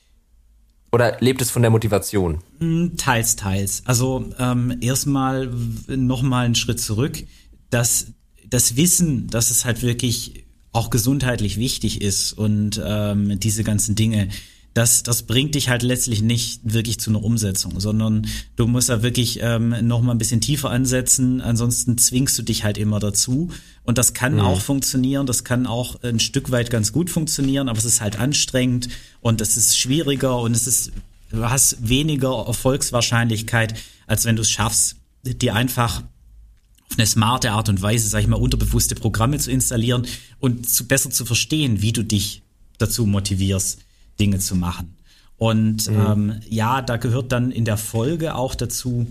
Oder lebt es von der Motivation? Teils. Also erstmal nochmal einen Schritt zurück. Das Wissen, dass es halt wirklich auch gesundheitlich wichtig ist und diese ganzen Dinge, das bringt dich halt letztlich nicht wirklich zu einer Umsetzung, sondern du musst da wirklich noch mal ein bisschen tiefer ansetzen, ansonsten zwingst du dich halt immer dazu und das kann auch funktionieren, das kann auch ein Stück weit ganz gut funktionieren, aber es ist halt anstrengend und es ist schwieriger und du hast weniger Erfolgswahrscheinlichkeit, als wenn du es schaffst, dir einfach auf eine smarte Art und Weise, sag ich mal, unterbewusste Programme zu installieren und besser zu verstehen, wie du dich dazu motivierst, Dinge zu machen. Und da gehört dann in der Folge auch dazu,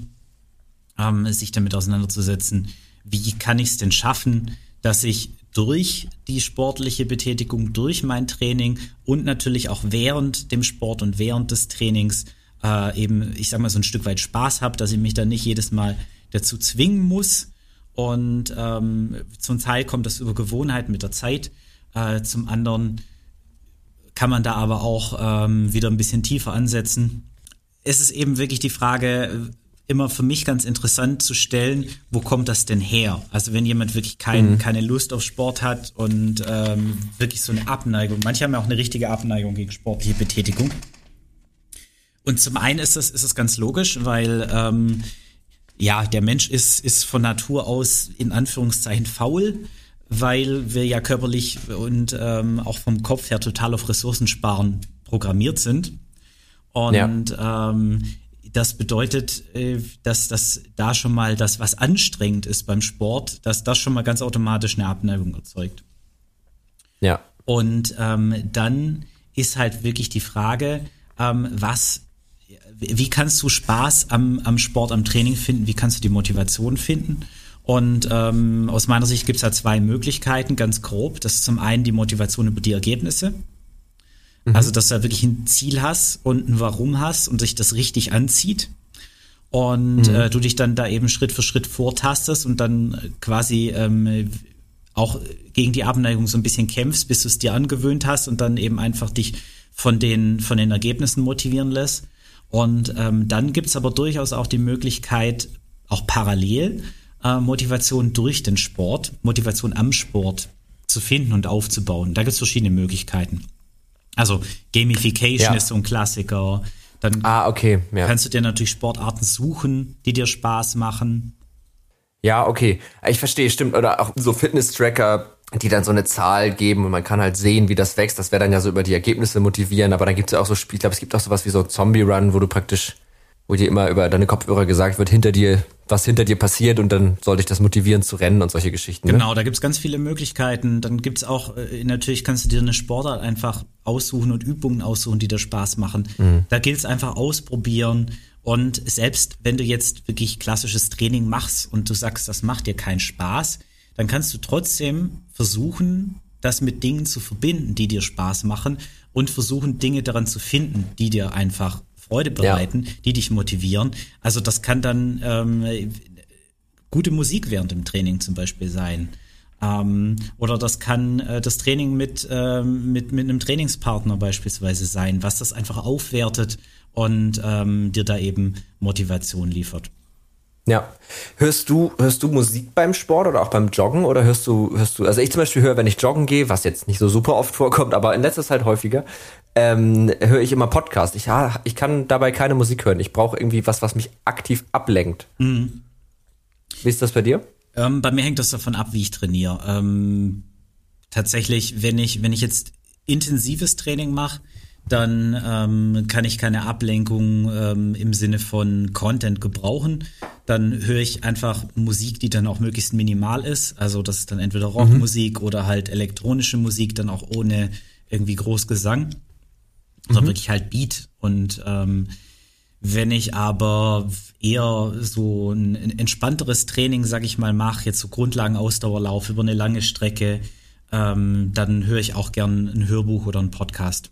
sich damit auseinanderzusetzen, wie kann ich es denn schaffen, dass ich durch die sportliche Betätigung, durch mein Training und natürlich auch während dem Sport und während des Trainings ich sag mal, so ein Stück weit Spaß habe, dass ich mich dann nicht jedes Mal dazu zwingen muss. Und zum Teil kommt das über Gewohnheit mit der Zeit. Zum anderen kann man da aber auch wieder ein bisschen tiefer ansetzen. Es ist eben wirklich die Frage, immer für mich ganz interessant zu stellen, wo kommt das denn her? Also wenn jemand wirklich keine Lust auf Sport hat und wirklich so eine Abneigung, manche haben ja auch eine richtige Abneigung gegen sportliche Betätigung. Und zum einen ist es ganz logisch, weil der Mensch ist von Natur aus in Anführungszeichen faul, weil wir ja körperlich und auch vom Kopf her total auf Ressourcensparen programmiert sind. Und das bedeutet, dass da schon mal das, was anstrengend ist beim Sport, dass das schon mal ganz automatisch eine Abneigung erzeugt. Ja. Und dann ist halt wirklich die Frage, wie kannst du Spaß am Sport, am Training finden? Wie kannst du die Motivation finden? Und aus meiner Sicht gibt es halt 2 Möglichkeiten, ganz grob. Das ist zum einen die Motivation über die Ergebnisse. Also, dass du da wirklich ein Ziel hast und ein Warum hast und sich das richtig anzieht. Und du dich dann da eben Schritt für Schritt vortastest und dann quasi auch gegen die Abneigung so ein bisschen kämpfst, bis du es dir angewöhnt hast und dann eben einfach dich von den Ergebnissen motivieren lässt. Und dann gibt's aber durchaus auch die Möglichkeit, auch parallel Motivation durch den Sport, Motivation am Sport zu finden und aufzubauen. Da gibt's verschiedene Möglichkeiten. Also Gamification ist so ein Klassiker. Dann kannst du dir natürlich Sportarten suchen, die dir Spaß machen. Ja, okay. Ich verstehe, stimmt. Oder auch so Fitness-Tracker, die dann so eine Zahl geben und man kann halt sehen, wie das wächst. Das wäre dann ja so über die Ergebnisse motivieren. Aber dann gibt es ja auch so Spiele, ich glaube, es gibt auch sowas wie so Zombie-Run, wo dir immer über deine Kopfhörer gesagt wird, was hinter dir passiert und dann soll dich das motivieren zu rennen und solche Geschichten. Genau, ne? Da gibt's ganz viele Möglichkeiten. Dann gibt's auch, natürlich kannst du dir eine Sportart einfach aussuchen und Übungen aussuchen, die dir Spaß machen. Da gilt's einfach ausprobieren. Und selbst wenn du jetzt wirklich klassisches Training machst und du sagst, das macht dir keinen Spaß, dann kannst du trotzdem versuchen, das mit Dingen zu verbinden, die dir Spaß machen und versuchen, Dinge daran zu finden, die dir einfach Freude bereiten, die dich motivieren. Also das kann dann gute Musik während dem Training zum Beispiel sein. Oder das kann das Training mit einem Trainingspartner beispielsweise sein, was das einfach aufwertet und dir da eben Motivation liefert. Ja. Hörst du Musik beim Sport oder auch beim Joggen oder hörst du, also ich zum Beispiel höre, wenn ich joggen gehe, was jetzt nicht so super oft vorkommt, aber in letzter Zeit häufiger, höre ich immer Podcast. Ich kann dabei keine Musik hören. Ich brauche irgendwie was mich aktiv ablenkt. Mhm. Wie ist das bei dir? Bei mir hängt das davon ab, wie ich trainiere. Tatsächlich, wenn ich jetzt intensives Training mache, dann kann ich keine Ablenkung im Sinne von Content gebrauchen. Dann höre ich einfach Musik, die dann auch möglichst minimal ist. Also das ist dann entweder Rockmusik oder halt elektronische Musik, dann auch ohne irgendwie groß Gesang. Sondern wirklich halt Beat. Und wenn ich aber eher so ein entspannteres Training, sag ich mal, mache, jetzt so Grundlagenausdauerlauf über eine lange Strecke, dann höre ich auch gern ein Hörbuch oder einen Podcast.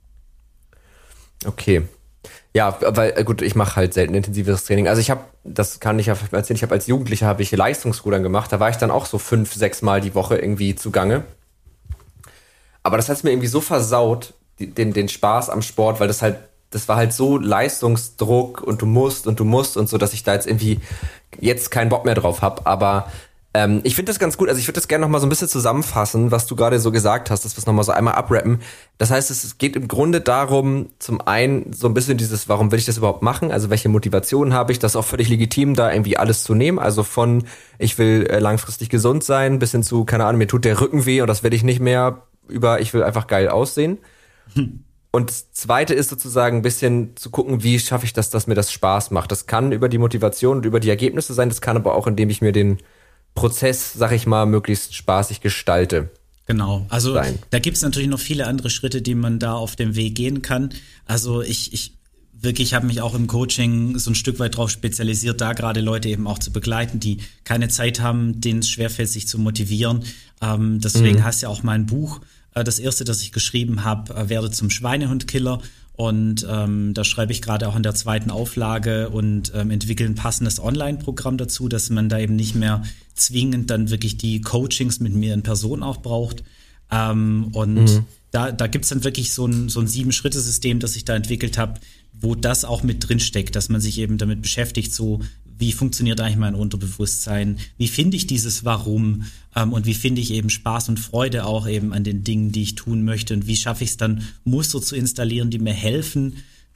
Okay. Ja, weil gut, ich mache halt selten intensives Training. Also das kann ich ja erzählen, als Jugendlicher habe ich Leistungsrudern gemacht. Da war ich dann auch so 5-6 Mal die Woche irgendwie zugange. Aber das hat mir irgendwie so versaut, den Spaß am Sport, weil das war halt so Leistungsdruck und du musst und so, dass ich da jetzt irgendwie jetzt keinen Bock mehr drauf habe. Aber ich finde das ganz gut. Also ich würde das gerne noch mal so ein bisschen zusammenfassen, was du gerade so gesagt hast, dass wir es noch mal so einmal abrappen. Das heißt, es geht im Grunde darum, zum einen so ein bisschen dieses, warum will ich das überhaupt machen? Also welche Motivation habe ich? Das ist auch völlig legitim, da irgendwie alles zu nehmen. Also von, ich will langfristig gesund sein, bis hin zu, keine Ahnung, mir tut der Rücken weh und das will ich nicht mehr, ich will einfach geil aussehen. Und das Zweite ist sozusagen ein bisschen zu gucken, wie schaffe ich das, dass mir das Spaß macht. Das kann über die Motivation und über die Ergebnisse sein, das kann aber auch, indem ich mir den Prozess, sag ich mal, möglichst spaßig gestalte. Genau, also da gibt's natürlich noch viele andere Schritte, die man da auf dem Weg gehen kann. Also ich wirklich habe mich auch im Coaching so ein Stück weit drauf spezialisiert, da gerade Leute eben auch zu begleiten, die keine Zeit haben, denen es schwerfällt, sich zu motivieren. Deswegen heißt ja auch mein Buch, das erste, das ich geschrieben habe, werde zum Schweinehundkiller. Und da schreibe ich gerade auch in der 2. Auflage und entwickle ein passendes Online-Programm dazu, dass man da eben nicht mehr zwingend dann wirklich die Coachings mit mir in Person auch braucht. Da gibt's dann wirklich so ein 7-Schritte-System, das ich da entwickelt habe, wo das auch mit drin steckt, dass man sich eben damit beschäftigt, so wie funktioniert eigentlich mein Unterbewusstsein, wie finde ich dieses Warum und wie finde ich eben Spaß und Freude auch eben an den Dingen, die ich tun möchte und wie schaffe ich es dann, Muster zu installieren, die mir helfen,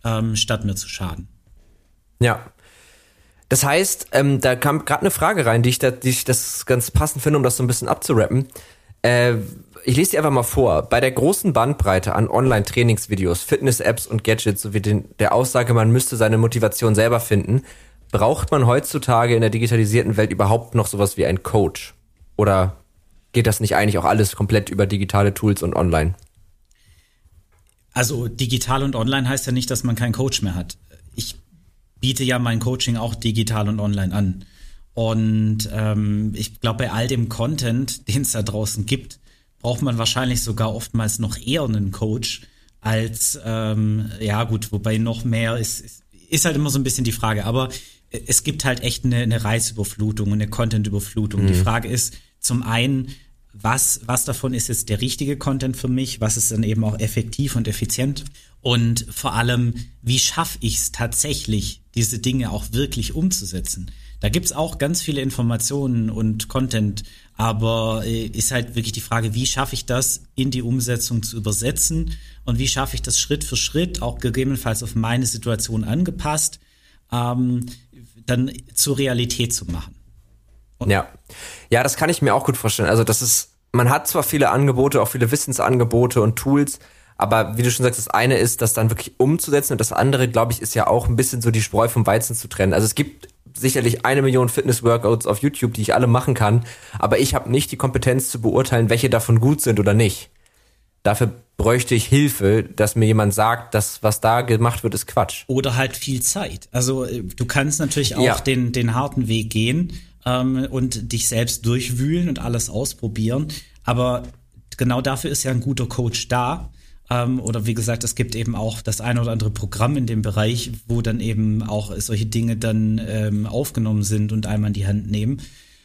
statt mir zu schaden. Ja. Das heißt, da kam gerade eine Frage rein, die ich das ganz passend finde, um das so ein bisschen abzurappen. Ich lese die einfach mal vor. Bei der großen Bandbreite an Online-Trainingsvideos, Fitness-Apps und Gadgets sowie der Aussage, man müsste seine Motivation selber finden, braucht man heutzutage in der digitalisierten Welt überhaupt noch sowas wie einen Coach? Oder geht das nicht eigentlich auch alles komplett über digitale Tools und online? Also digital und online heißt ja nicht, dass man keinen Coach mehr hat. Ich biete ja mein Coaching auch digital und online an. Und ich glaube, bei all dem Content, den es da draußen gibt, braucht man wahrscheinlich sogar oftmals noch eher einen Coach als, wobei noch mehr ist halt immer so ein bisschen die Frage. Aber es gibt halt echt eine Reizüberflutung und eine Contentüberflutung. Die Frage ist zum einen, was davon ist jetzt der richtige Content für mich? Was ist dann eben auch effektiv und effizient? Und vor allem, wie schaffe ich es tatsächlich, diese Dinge auch wirklich umzusetzen? Da gibt's auch ganz viele Informationen und Content, aber ist halt wirklich die Frage, wie schaffe ich das in die Umsetzung zu übersetzen und wie schaffe ich das Schritt für Schritt, auch gegebenenfalls auf meine Situation angepasst, dann zur Realität zu machen. Ja, das kann ich mir auch gut vorstellen. Also man hat zwar viele Angebote, auch viele Wissensangebote und Tools, aber wie du schon sagst, das eine ist, das dann wirklich umzusetzen und das andere, glaube ich, ist ja auch ein bisschen so die Spreu vom Weizen zu trennen. Also es gibt sicherlich 1 Million Fitness-Workouts auf YouTube, die ich alle machen kann, aber ich habe nicht die Kompetenz zu beurteilen, welche davon gut sind oder nicht. Dafür bräuchte ich Hilfe, dass mir jemand sagt, dass was da gemacht wird, ist Quatsch. Oder halt viel Zeit. Also du kannst natürlich auch den harten Weg gehen und dich selbst durchwühlen und alles ausprobieren, aber genau dafür ist ja ein guter Coach da. Oder wie gesagt, es gibt eben auch das eine oder andere Programm in dem Bereich, wo dann eben auch solche Dinge dann aufgenommen sind und einem an die Hand nehmen.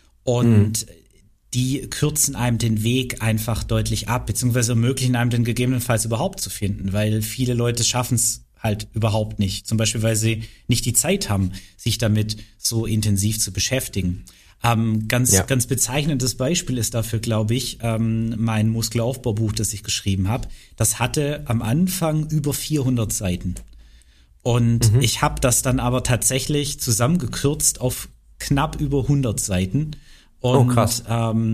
Und die kürzen einem den Weg einfach deutlich ab, beziehungsweise ermöglichen einem den gegebenenfalls überhaupt zu finden, weil viele Leute schaffen es halt überhaupt nicht. Zum Beispiel, weil sie nicht die Zeit haben, sich damit so intensiv zu beschäftigen. Ganz bezeichnendes Beispiel ist dafür, glaube ich, mein Muskelaufbaubuch, das ich geschrieben habe. Das hatte am Anfang über 400 Seiten. Und ich habe das dann aber tatsächlich zusammengekürzt auf knapp über 100 Seiten. Und krass.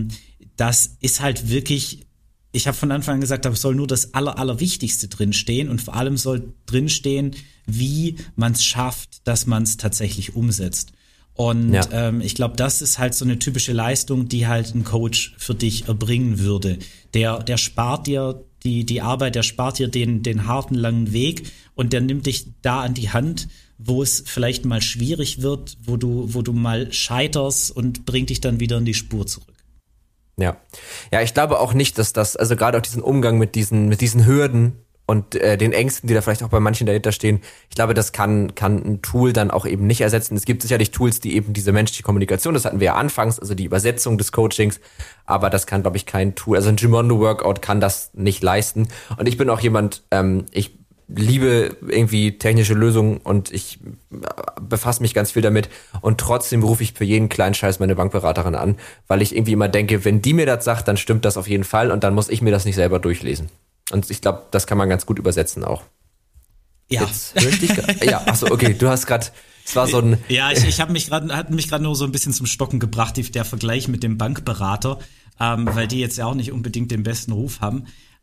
Das ist halt wirklich, ich habe von Anfang an gesagt, da soll nur das Allerwichtigste drinstehen und vor allem soll drinstehen, wie man es schafft, dass man es tatsächlich umsetzt. Und ich glaube, das ist halt so eine typische Leistung, die halt ein Coach für dich erbringen würde. Der spart dir die Arbeit, der spart dir den harten, langen Weg und der nimmt dich da an die Hand, wo es vielleicht mal schwierig wird, wo du mal scheiterst und bringt dich dann wieder in die Spur zurück. Ja, ich glaube auch nicht, dass das, also gerade auch diesen Umgang mit diesen Hürden und den Ängsten, die da vielleicht auch bei manchen dahinter stehen, ich glaube, das kann ein Tool dann auch eben nicht ersetzen. Es gibt sicherlich Tools, die eben diese menschliche Kommunikation, das hatten wir ja anfangs, also die Übersetzung des Coachings, aber das kann, glaube ich, kein Tool, also ein Gimondo-Workout kann das nicht leisten. Und ich bin auch jemand, ich liebe irgendwie technische Lösungen und ich befasse mich ganz viel damit und trotzdem rufe ich für jeden kleinen Scheiß meine Bankberaterin an, weil ich irgendwie immer denke, wenn die mir das sagt, dann stimmt das auf jeden Fall und dann muss ich mir das nicht selber durchlesen. Und ich glaube, das kann man ganz gut übersetzen auch. Ja. Jetzt, achso, okay, du hast gerade, es war so ein... Ja, ich hat mich gerade nur so ein bisschen zum Stocken gebracht, der Vergleich mit dem Bankberater, weil die jetzt ja auch nicht unbedingt den besten Ruf haben.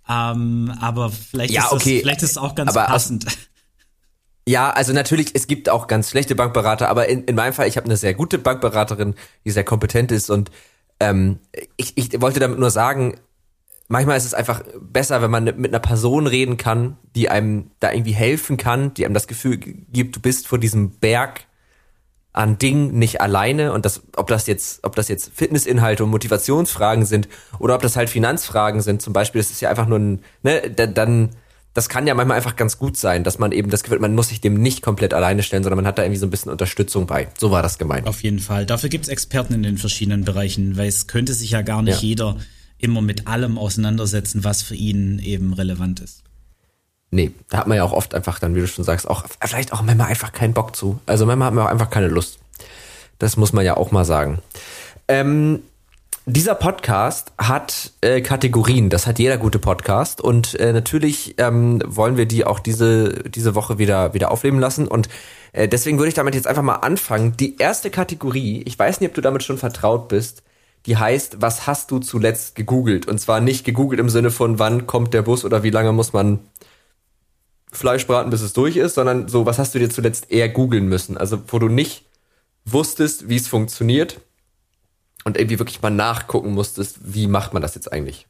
Aber vielleicht ist es auch ganz passend. Ja, also natürlich, es gibt auch ganz schlechte Bankberater, aber in meinem Fall, ich habe eine sehr gute Bankberaterin, die sehr kompetent ist und ich wollte damit nur sagen, manchmal ist es einfach besser, wenn man mit einer Person reden kann, die einem da irgendwie helfen kann, die einem das Gefühl gibt, du bist vor diesem Berg an Dingen nicht alleine und ob das jetzt Fitnessinhalte und Motivationsfragen sind oder ob das halt Finanzfragen sind zum Beispiel, das ist ja einfach nur das kann ja manchmal einfach ganz gut sein, dass man eben das Gefühl hat, man muss sich dem nicht komplett alleine stellen, sondern man hat da irgendwie so ein bisschen Unterstützung bei. So war das gemeint. Auf jeden Fall. Dafür gibt's Experten in den verschiedenen Bereichen, weil es könnte sich ja gar nicht jeder immer mit allem auseinandersetzen, was für ihn eben relevant ist. Nee, da hat man ja auch oft einfach dann, wie du schon sagst, auch vielleicht auch manchmal einfach keinen Bock zu. Also manchmal hat man auch einfach keine Lust. Das muss man ja auch mal sagen. Dieser Podcast hat Kategorien, das hat jeder gute Podcast und natürlich wollen wir die auch diese Woche wieder aufleben lassen und deswegen würde ich damit jetzt einfach mal anfangen. Die erste Kategorie, ich weiß nicht, ob du damit schon vertraut bist, die heißt, was hast du zuletzt gegoogelt? Und zwar nicht gegoogelt im Sinne von, wann kommt der Bus oder wie lange muss man Fleisch braten, bis es durch ist, sondern so, was hast du dir zuletzt eher googeln müssen? Also wo du nicht wusstest, wie es funktioniert und irgendwie wirklich mal nachgucken musstest, wie macht man das jetzt eigentlich?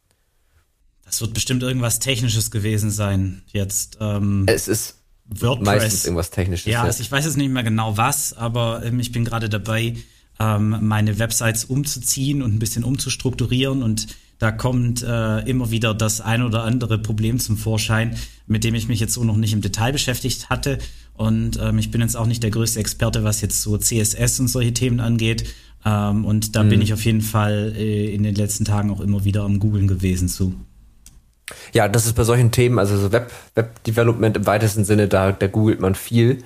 Das wird bestimmt irgendwas Technisches gewesen sein. Jetzt es ist WordPress. Meistens irgendwas Technisches. Ja, also ich weiß jetzt nicht mehr genau was, aber ich bin gerade dabei, meine Websites umzuziehen und ein bisschen umzustrukturieren und da kommt immer wieder das ein oder andere Problem zum Vorschein, mit dem ich mich jetzt so noch nicht im Detail beschäftigt hatte und ich bin jetzt auch nicht der größte Experte, was jetzt so CSS und solche Themen angeht und da bin ich auf jeden Fall in den letzten Tagen auch immer wieder am Googlen gewesen zu. Ja, das ist bei solchen Themen, also so Web-Development im weitesten Sinne, da googelt man viel.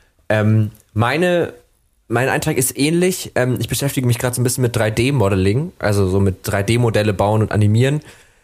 Mein Eintrag ist ähnlich. Ich beschäftige mich gerade so ein bisschen mit 3D-Modeling, also so mit 3D-Modelle bauen und animieren.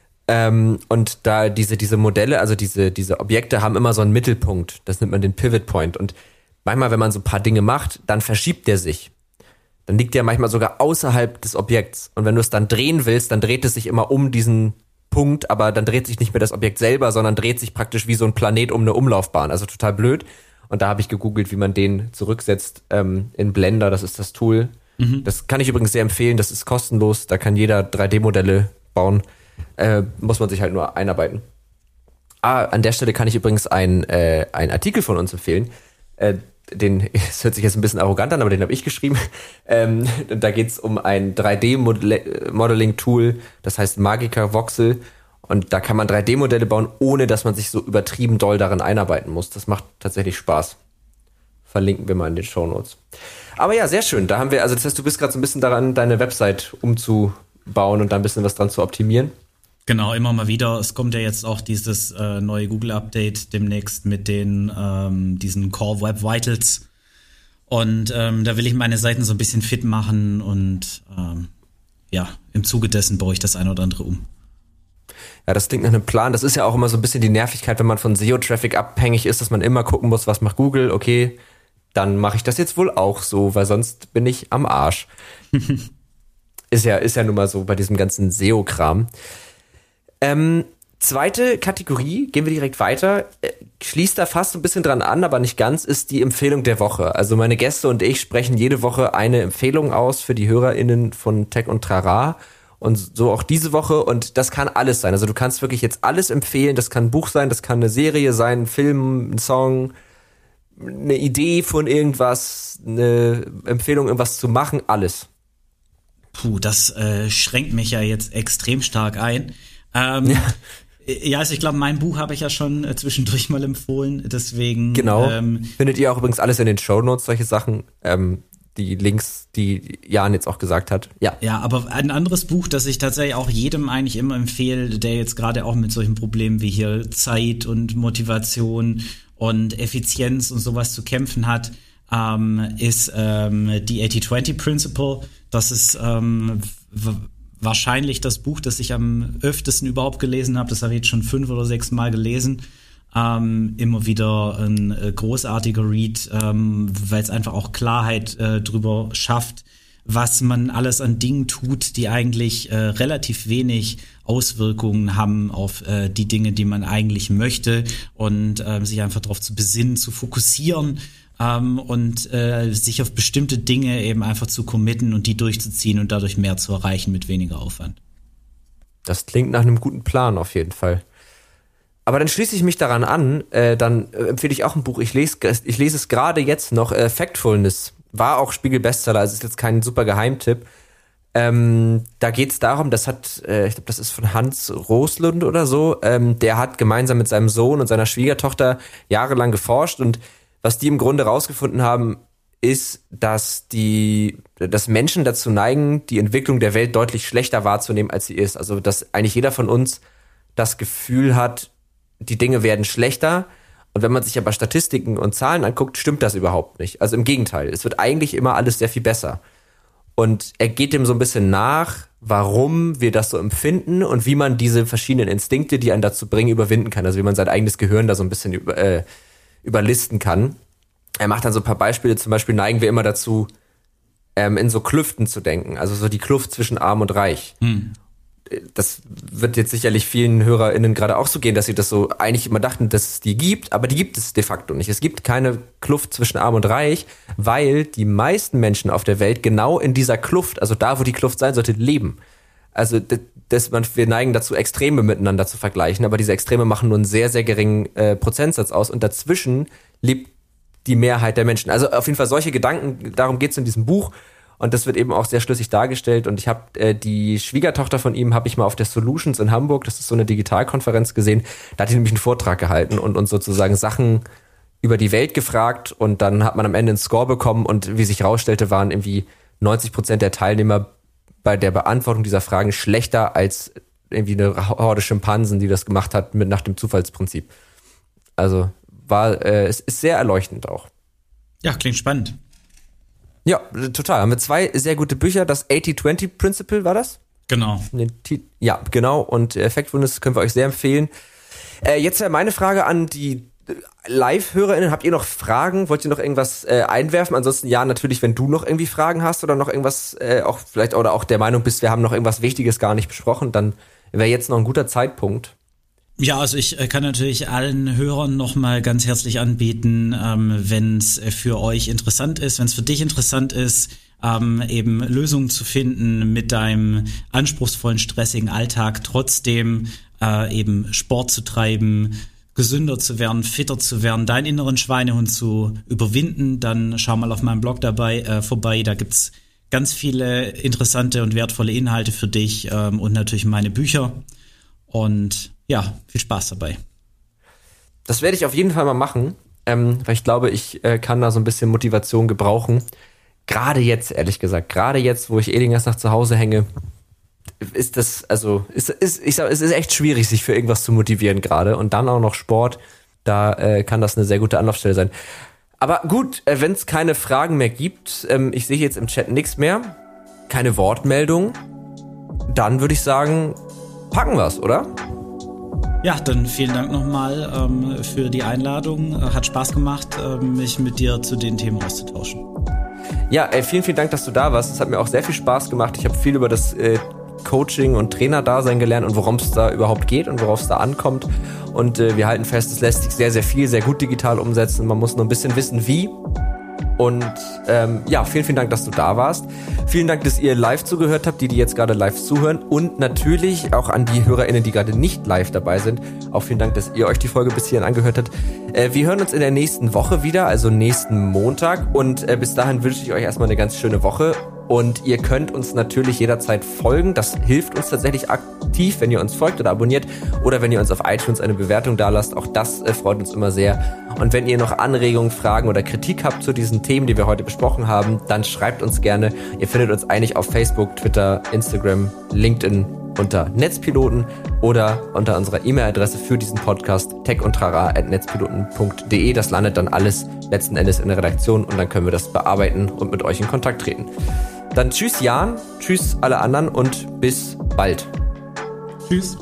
Und da diese Modelle, also diese Objekte haben immer so einen Mittelpunkt. Das nennt man den Pivot Point. Und manchmal, wenn man so ein paar Dinge macht, dann verschiebt der sich. Dann liegt der manchmal sogar außerhalb des Objekts. Und wenn du es dann drehen willst, dann dreht es sich immer um diesen Punkt, aber dann dreht sich nicht mehr das Objekt selber, sondern dreht sich praktisch wie so ein Planet um eine Umlaufbahn. Also total blöd. Und da habe ich gegoogelt, wie man den zurücksetzt in Blender. Das ist das Tool. Das kann ich übrigens sehr empfehlen. Das ist kostenlos. Da kann jeder 3D-Modelle bauen. Muss man sich halt nur einarbeiten. An der Stelle kann ich übrigens einen Artikel von uns empfehlen. Das hört sich jetzt ein bisschen arrogant an, aber den habe ich geschrieben. Da geht es um ein 3D-Modeling-Tool, das heißt Magica Voxel. Und da kann man 3D-Modelle bauen, ohne dass man sich so übertrieben doll darin einarbeiten muss. Das macht tatsächlich Spaß. Verlinken wir mal in den Shownotes. Aber ja, sehr schön. Da haben wir, also das heißt, du bist gerade so ein bisschen daran, deine Website umzubauen und da ein bisschen was dran zu optimieren. Genau, immer mal wieder. Es kommt ja jetzt auch dieses neue Google-Update demnächst mit diesen Core Web Vitals. Und da will ich meine Seiten so ein bisschen fit machen und im Zuge dessen baue ich das ein oder andere um. Ja, das klingt nach einem Plan. Das ist ja auch immer so ein bisschen die Nervigkeit, wenn man von SEO-Traffic abhängig ist, dass man immer gucken muss, was macht Google. Okay, dann mache ich das jetzt wohl auch so, weil sonst bin ich am Arsch. Ist ja nun mal so bei diesem ganzen SEO-Kram. Zweite Kategorie, gehen wir direkt weiter, schließt da fast so ein bisschen dran an, aber nicht ganz, ist die Empfehlung der Woche. Also meine Gäste und ich sprechen jede Woche eine Empfehlung aus für die HörerInnen von Tech und Trara. Und so auch diese Woche. Und das kann alles sein. Also du kannst wirklich jetzt alles empfehlen. Das kann ein Buch sein, das kann eine Serie sein, ein Film, ein Song, eine Idee von irgendwas, eine Empfehlung, irgendwas zu machen, alles. Puh, das schränkt mich ja jetzt extrem stark ein. Ja, also ich glaube, mein Buch habe ich ja schon zwischendurch mal empfohlen. Deswegen. Genau. Findet ihr auch übrigens alles in den Shownotes, solche Sachen. Die Links, die Jan jetzt auch gesagt hat. Ja, aber ein anderes Buch, das ich tatsächlich auch jedem eigentlich immer empfehle, der jetzt gerade auch mit solchen Problemen wie hier Zeit und Motivation und Effizienz und sowas zu kämpfen hat, ist die 80-20 Principle. Das ist wahrscheinlich das Buch, das ich am öftesten überhaupt gelesen habe. Das habe ich jetzt schon 5 oder 6 Mal gelesen. Immer wieder ein großartiger Read, weil es einfach auch Klarheit drüber schafft, was man alles an Dingen tut, die eigentlich relativ wenig Auswirkungen haben auf die Dinge, die man eigentlich möchte und sich einfach darauf zu besinnen, zu fokussieren und sich auf bestimmte Dinge eben einfach zu committen und die durchzuziehen und dadurch mehr zu erreichen mit weniger Aufwand. Das klingt nach einem guten Plan auf jeden Fall. Aber dann schließe ich mich daran an, dann empfehle ich auch ein Buch. Ich lese es gerade jetzt noch, Factfulness. War auch Spiegel-Bestseller, also ist jetzt kein super Geheimtipp. Da geht es darum, ich glaube, das ist von Hans Roslund oder so, der hat gemeinsam mit seinem Sohn und seiner Schwiegertochter jahrelang geforscht und was die im Grunde rausgefunden haben, ist, dass Menschen dazu neigen, die Entwicklung der Welt deutlich schlechter wahrzunehmen, als sie ist. Also, dass eigentlich jeder von uns das Gefühl hat, die Dinge werden schlechter. Und wenn man sich aber Statistiken und Zahlen anguckt, stimmt das überhaupt nicht. Also im Gegenteil, es wird eigentlich immer alles sehr viel besser. Und er geht dem so ein bisschen nach, warum wir das so empfinden und wie man diese verschiedenen Instinkte, die einen dazu bringen, überwinden kann. Also wie man sein eigenes Gehirn da so ein bisschen überlisten kann. Er macht dann so ein paar Beispiele. Zum Beispiel neigen wir immer dazu, in so Klüften zu denken. Also so die Kluft zwischen Arm und Reich. Das wird jetzt sicherlich vielen HörerInnen gerade auch so gehen, dass sie das so eigentlich immer dachten, dass es die gibt, aber die gibt es de facto nicht. Es gibt keine Kluft zwischen Arm und Reich, weil die meisten Menschen auf der Welt genau in dieser Kluft, also da, wo die Kluft sein sollte, leben. Also wir neigen dazu, Extreme miteinander zu vergleichen, aber diese Extreme machen nur einen sehr, sehr geringen Prozentsatz aus und dazwischen lebt die Mehrheit der Menschen. Also auf jeden Fall solche Gedanken, darum geht es in diesem Buch. Und das wird eben auch sehr schlüssig dargestellt. Und ich habe die Schwiegertochter von ihm habe ich mal auf der Solutions in Hamburg, das ist so eine Digitalkonferenz, gesehen. Da hat die nämlich einen Vortrag gehalten und uns sozusagen Sachen über die Welt gefragt. Und dann hat man am Ende einen Score bekommen. Und wie sich rausstellte, waren irgendwie 90% der Teilnehmer bei der Beantwortung dieser Fragen schlechter als irgendwie eine Horde Schimpansen, die das gemacht hat nach dem Zufallsprinzip. Also es ist sehr erleuchtend auch. Ja, klingt spannend. Ja, total. Haben wir 2 sehr gute Bücher. Das 80-20-Principle war das? Genau. Ja, genau. Und Factfulness können wir euch sehr empfehlen. Jetzt wäre meine Frage an die Live-HörerInnen. Habt ihr noch Fragen? Wollt ihr noch irgendwas einwerfen? Ansonsten ja, natürlich, wenn du noch irgendwie Fragen hast oder noch irgendwas auch vielleicht oder auch der Meinung bist, wir haben noch irgendwas Wichtiges gar nicht besprochen, dann wäre jetzt noch ein guter Zeitpunkt. Ja, also ich kann natürlich allen Hörern nochmal ganz herzlich anbieten, wenn es für euch interessant ist, wenn es für dich interessant ist, eben Lösungen zu finden mit deinem anspruchsvollen, stressigen Alltag, trotzdem eben Sport zu treiben, gesünder zu werden, fitter zu werden, deinen inneren Schweinehund zu überwinden, dann schau mal auf meinem Blog vorbei, da gibt's ganz viele interessante und wertvolle Inhalte für dich und natürlich meine Bücher und ja, viel Spaß dabei. Das werde ich auf jeden Fall mal machen, weil ich glaube, ich kann da so ein bisschen Motivation gebrauchen. Gerade jetzt, ehrlich gesagt, wo ich den ganzen Tag zu Hause hänge, ist das, also, es ist echt schwierig, sich für irgendwas zu motivieren gerade. Und dann auch noch Sport, da kann das eine sehr gute Anlaufstelle sein. Aber gut, wenn es keine Fragen mehr gibt, ich sehe jetzt im Chat nichts mehr, keine Wortmeldung, dann würde ich sagen, packen wir's, oder? Ja, dann vielen Dank nochmal für die Einladung. Hat Spaß gemacht, mich mit dir zu den Themen auszutauschen. Ja, vielen, vielen Dank, dass du da warst. Es hat mir auch sehr viel Spaß gemacht. Ich habe viel über das Coaching- und Trainer-Dasein gelernt und worum es da überhaupt geht und worauf es da ankommt. Und wir halten fest, es lässt sich sehr, sehr viel, sehr gut digital umsetzen. Man muss nur ein bisschen wissen, wie. Und ja, vielen, vielen Dank, dass du da warst. Vielen Dank, dass ihr live zugehört habt, die jetzt gerade live zuhören. Und natürlich auch an die HörerInnen, die gerade nicht live dabei sind. Auch vielen Dank, dass ihr euch die Folge bis hierhin angehört habt. Wir hören uns in der nächsten Woche wieder, also nächsten Montag. Und bis dahin wünsche ich euch erstmal eine ganz schöne Woche. Und ihr könnt uns natürlich jederzeit folgen. Das hilft uns tatsächlich aktiv, wenn ihr uns folgt oder abonniert oder wenn ihr uns auf iTunes eine Bewertung dalasst. Auch das freut uns immer sehr. Und wenn ihr noch Anregungen, Fragen oder Kritik habt zu diesen Themen, die wir heute besprochen haben, dann schreibt uns gerne. Ihr findet uns eigentlich auf Facebook, Twitter, Instagram, LinkedIn unter Netzpiloten oder unter unserer E-Mail-Adresse für diesen Podcast techundtrara@netzpiloten.de. Das landet dann alles letzten Endes in der Redaktion und dann können wir das bearbeiten und mit euch in Kontakt treten. Dann tschüss Jan, tschüss alle anderen und bis bald. Tschüss.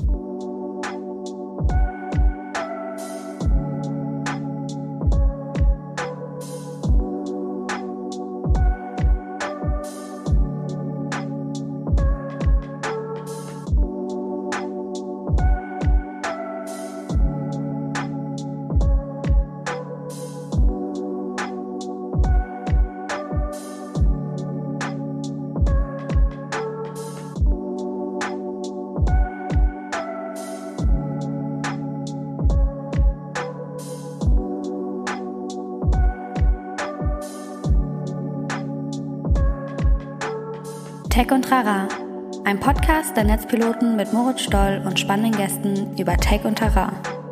Tech und Trara, ein Podcast der Netzpiloten mit Moritz Stoll und spannenden Gästen über Tech und Trara.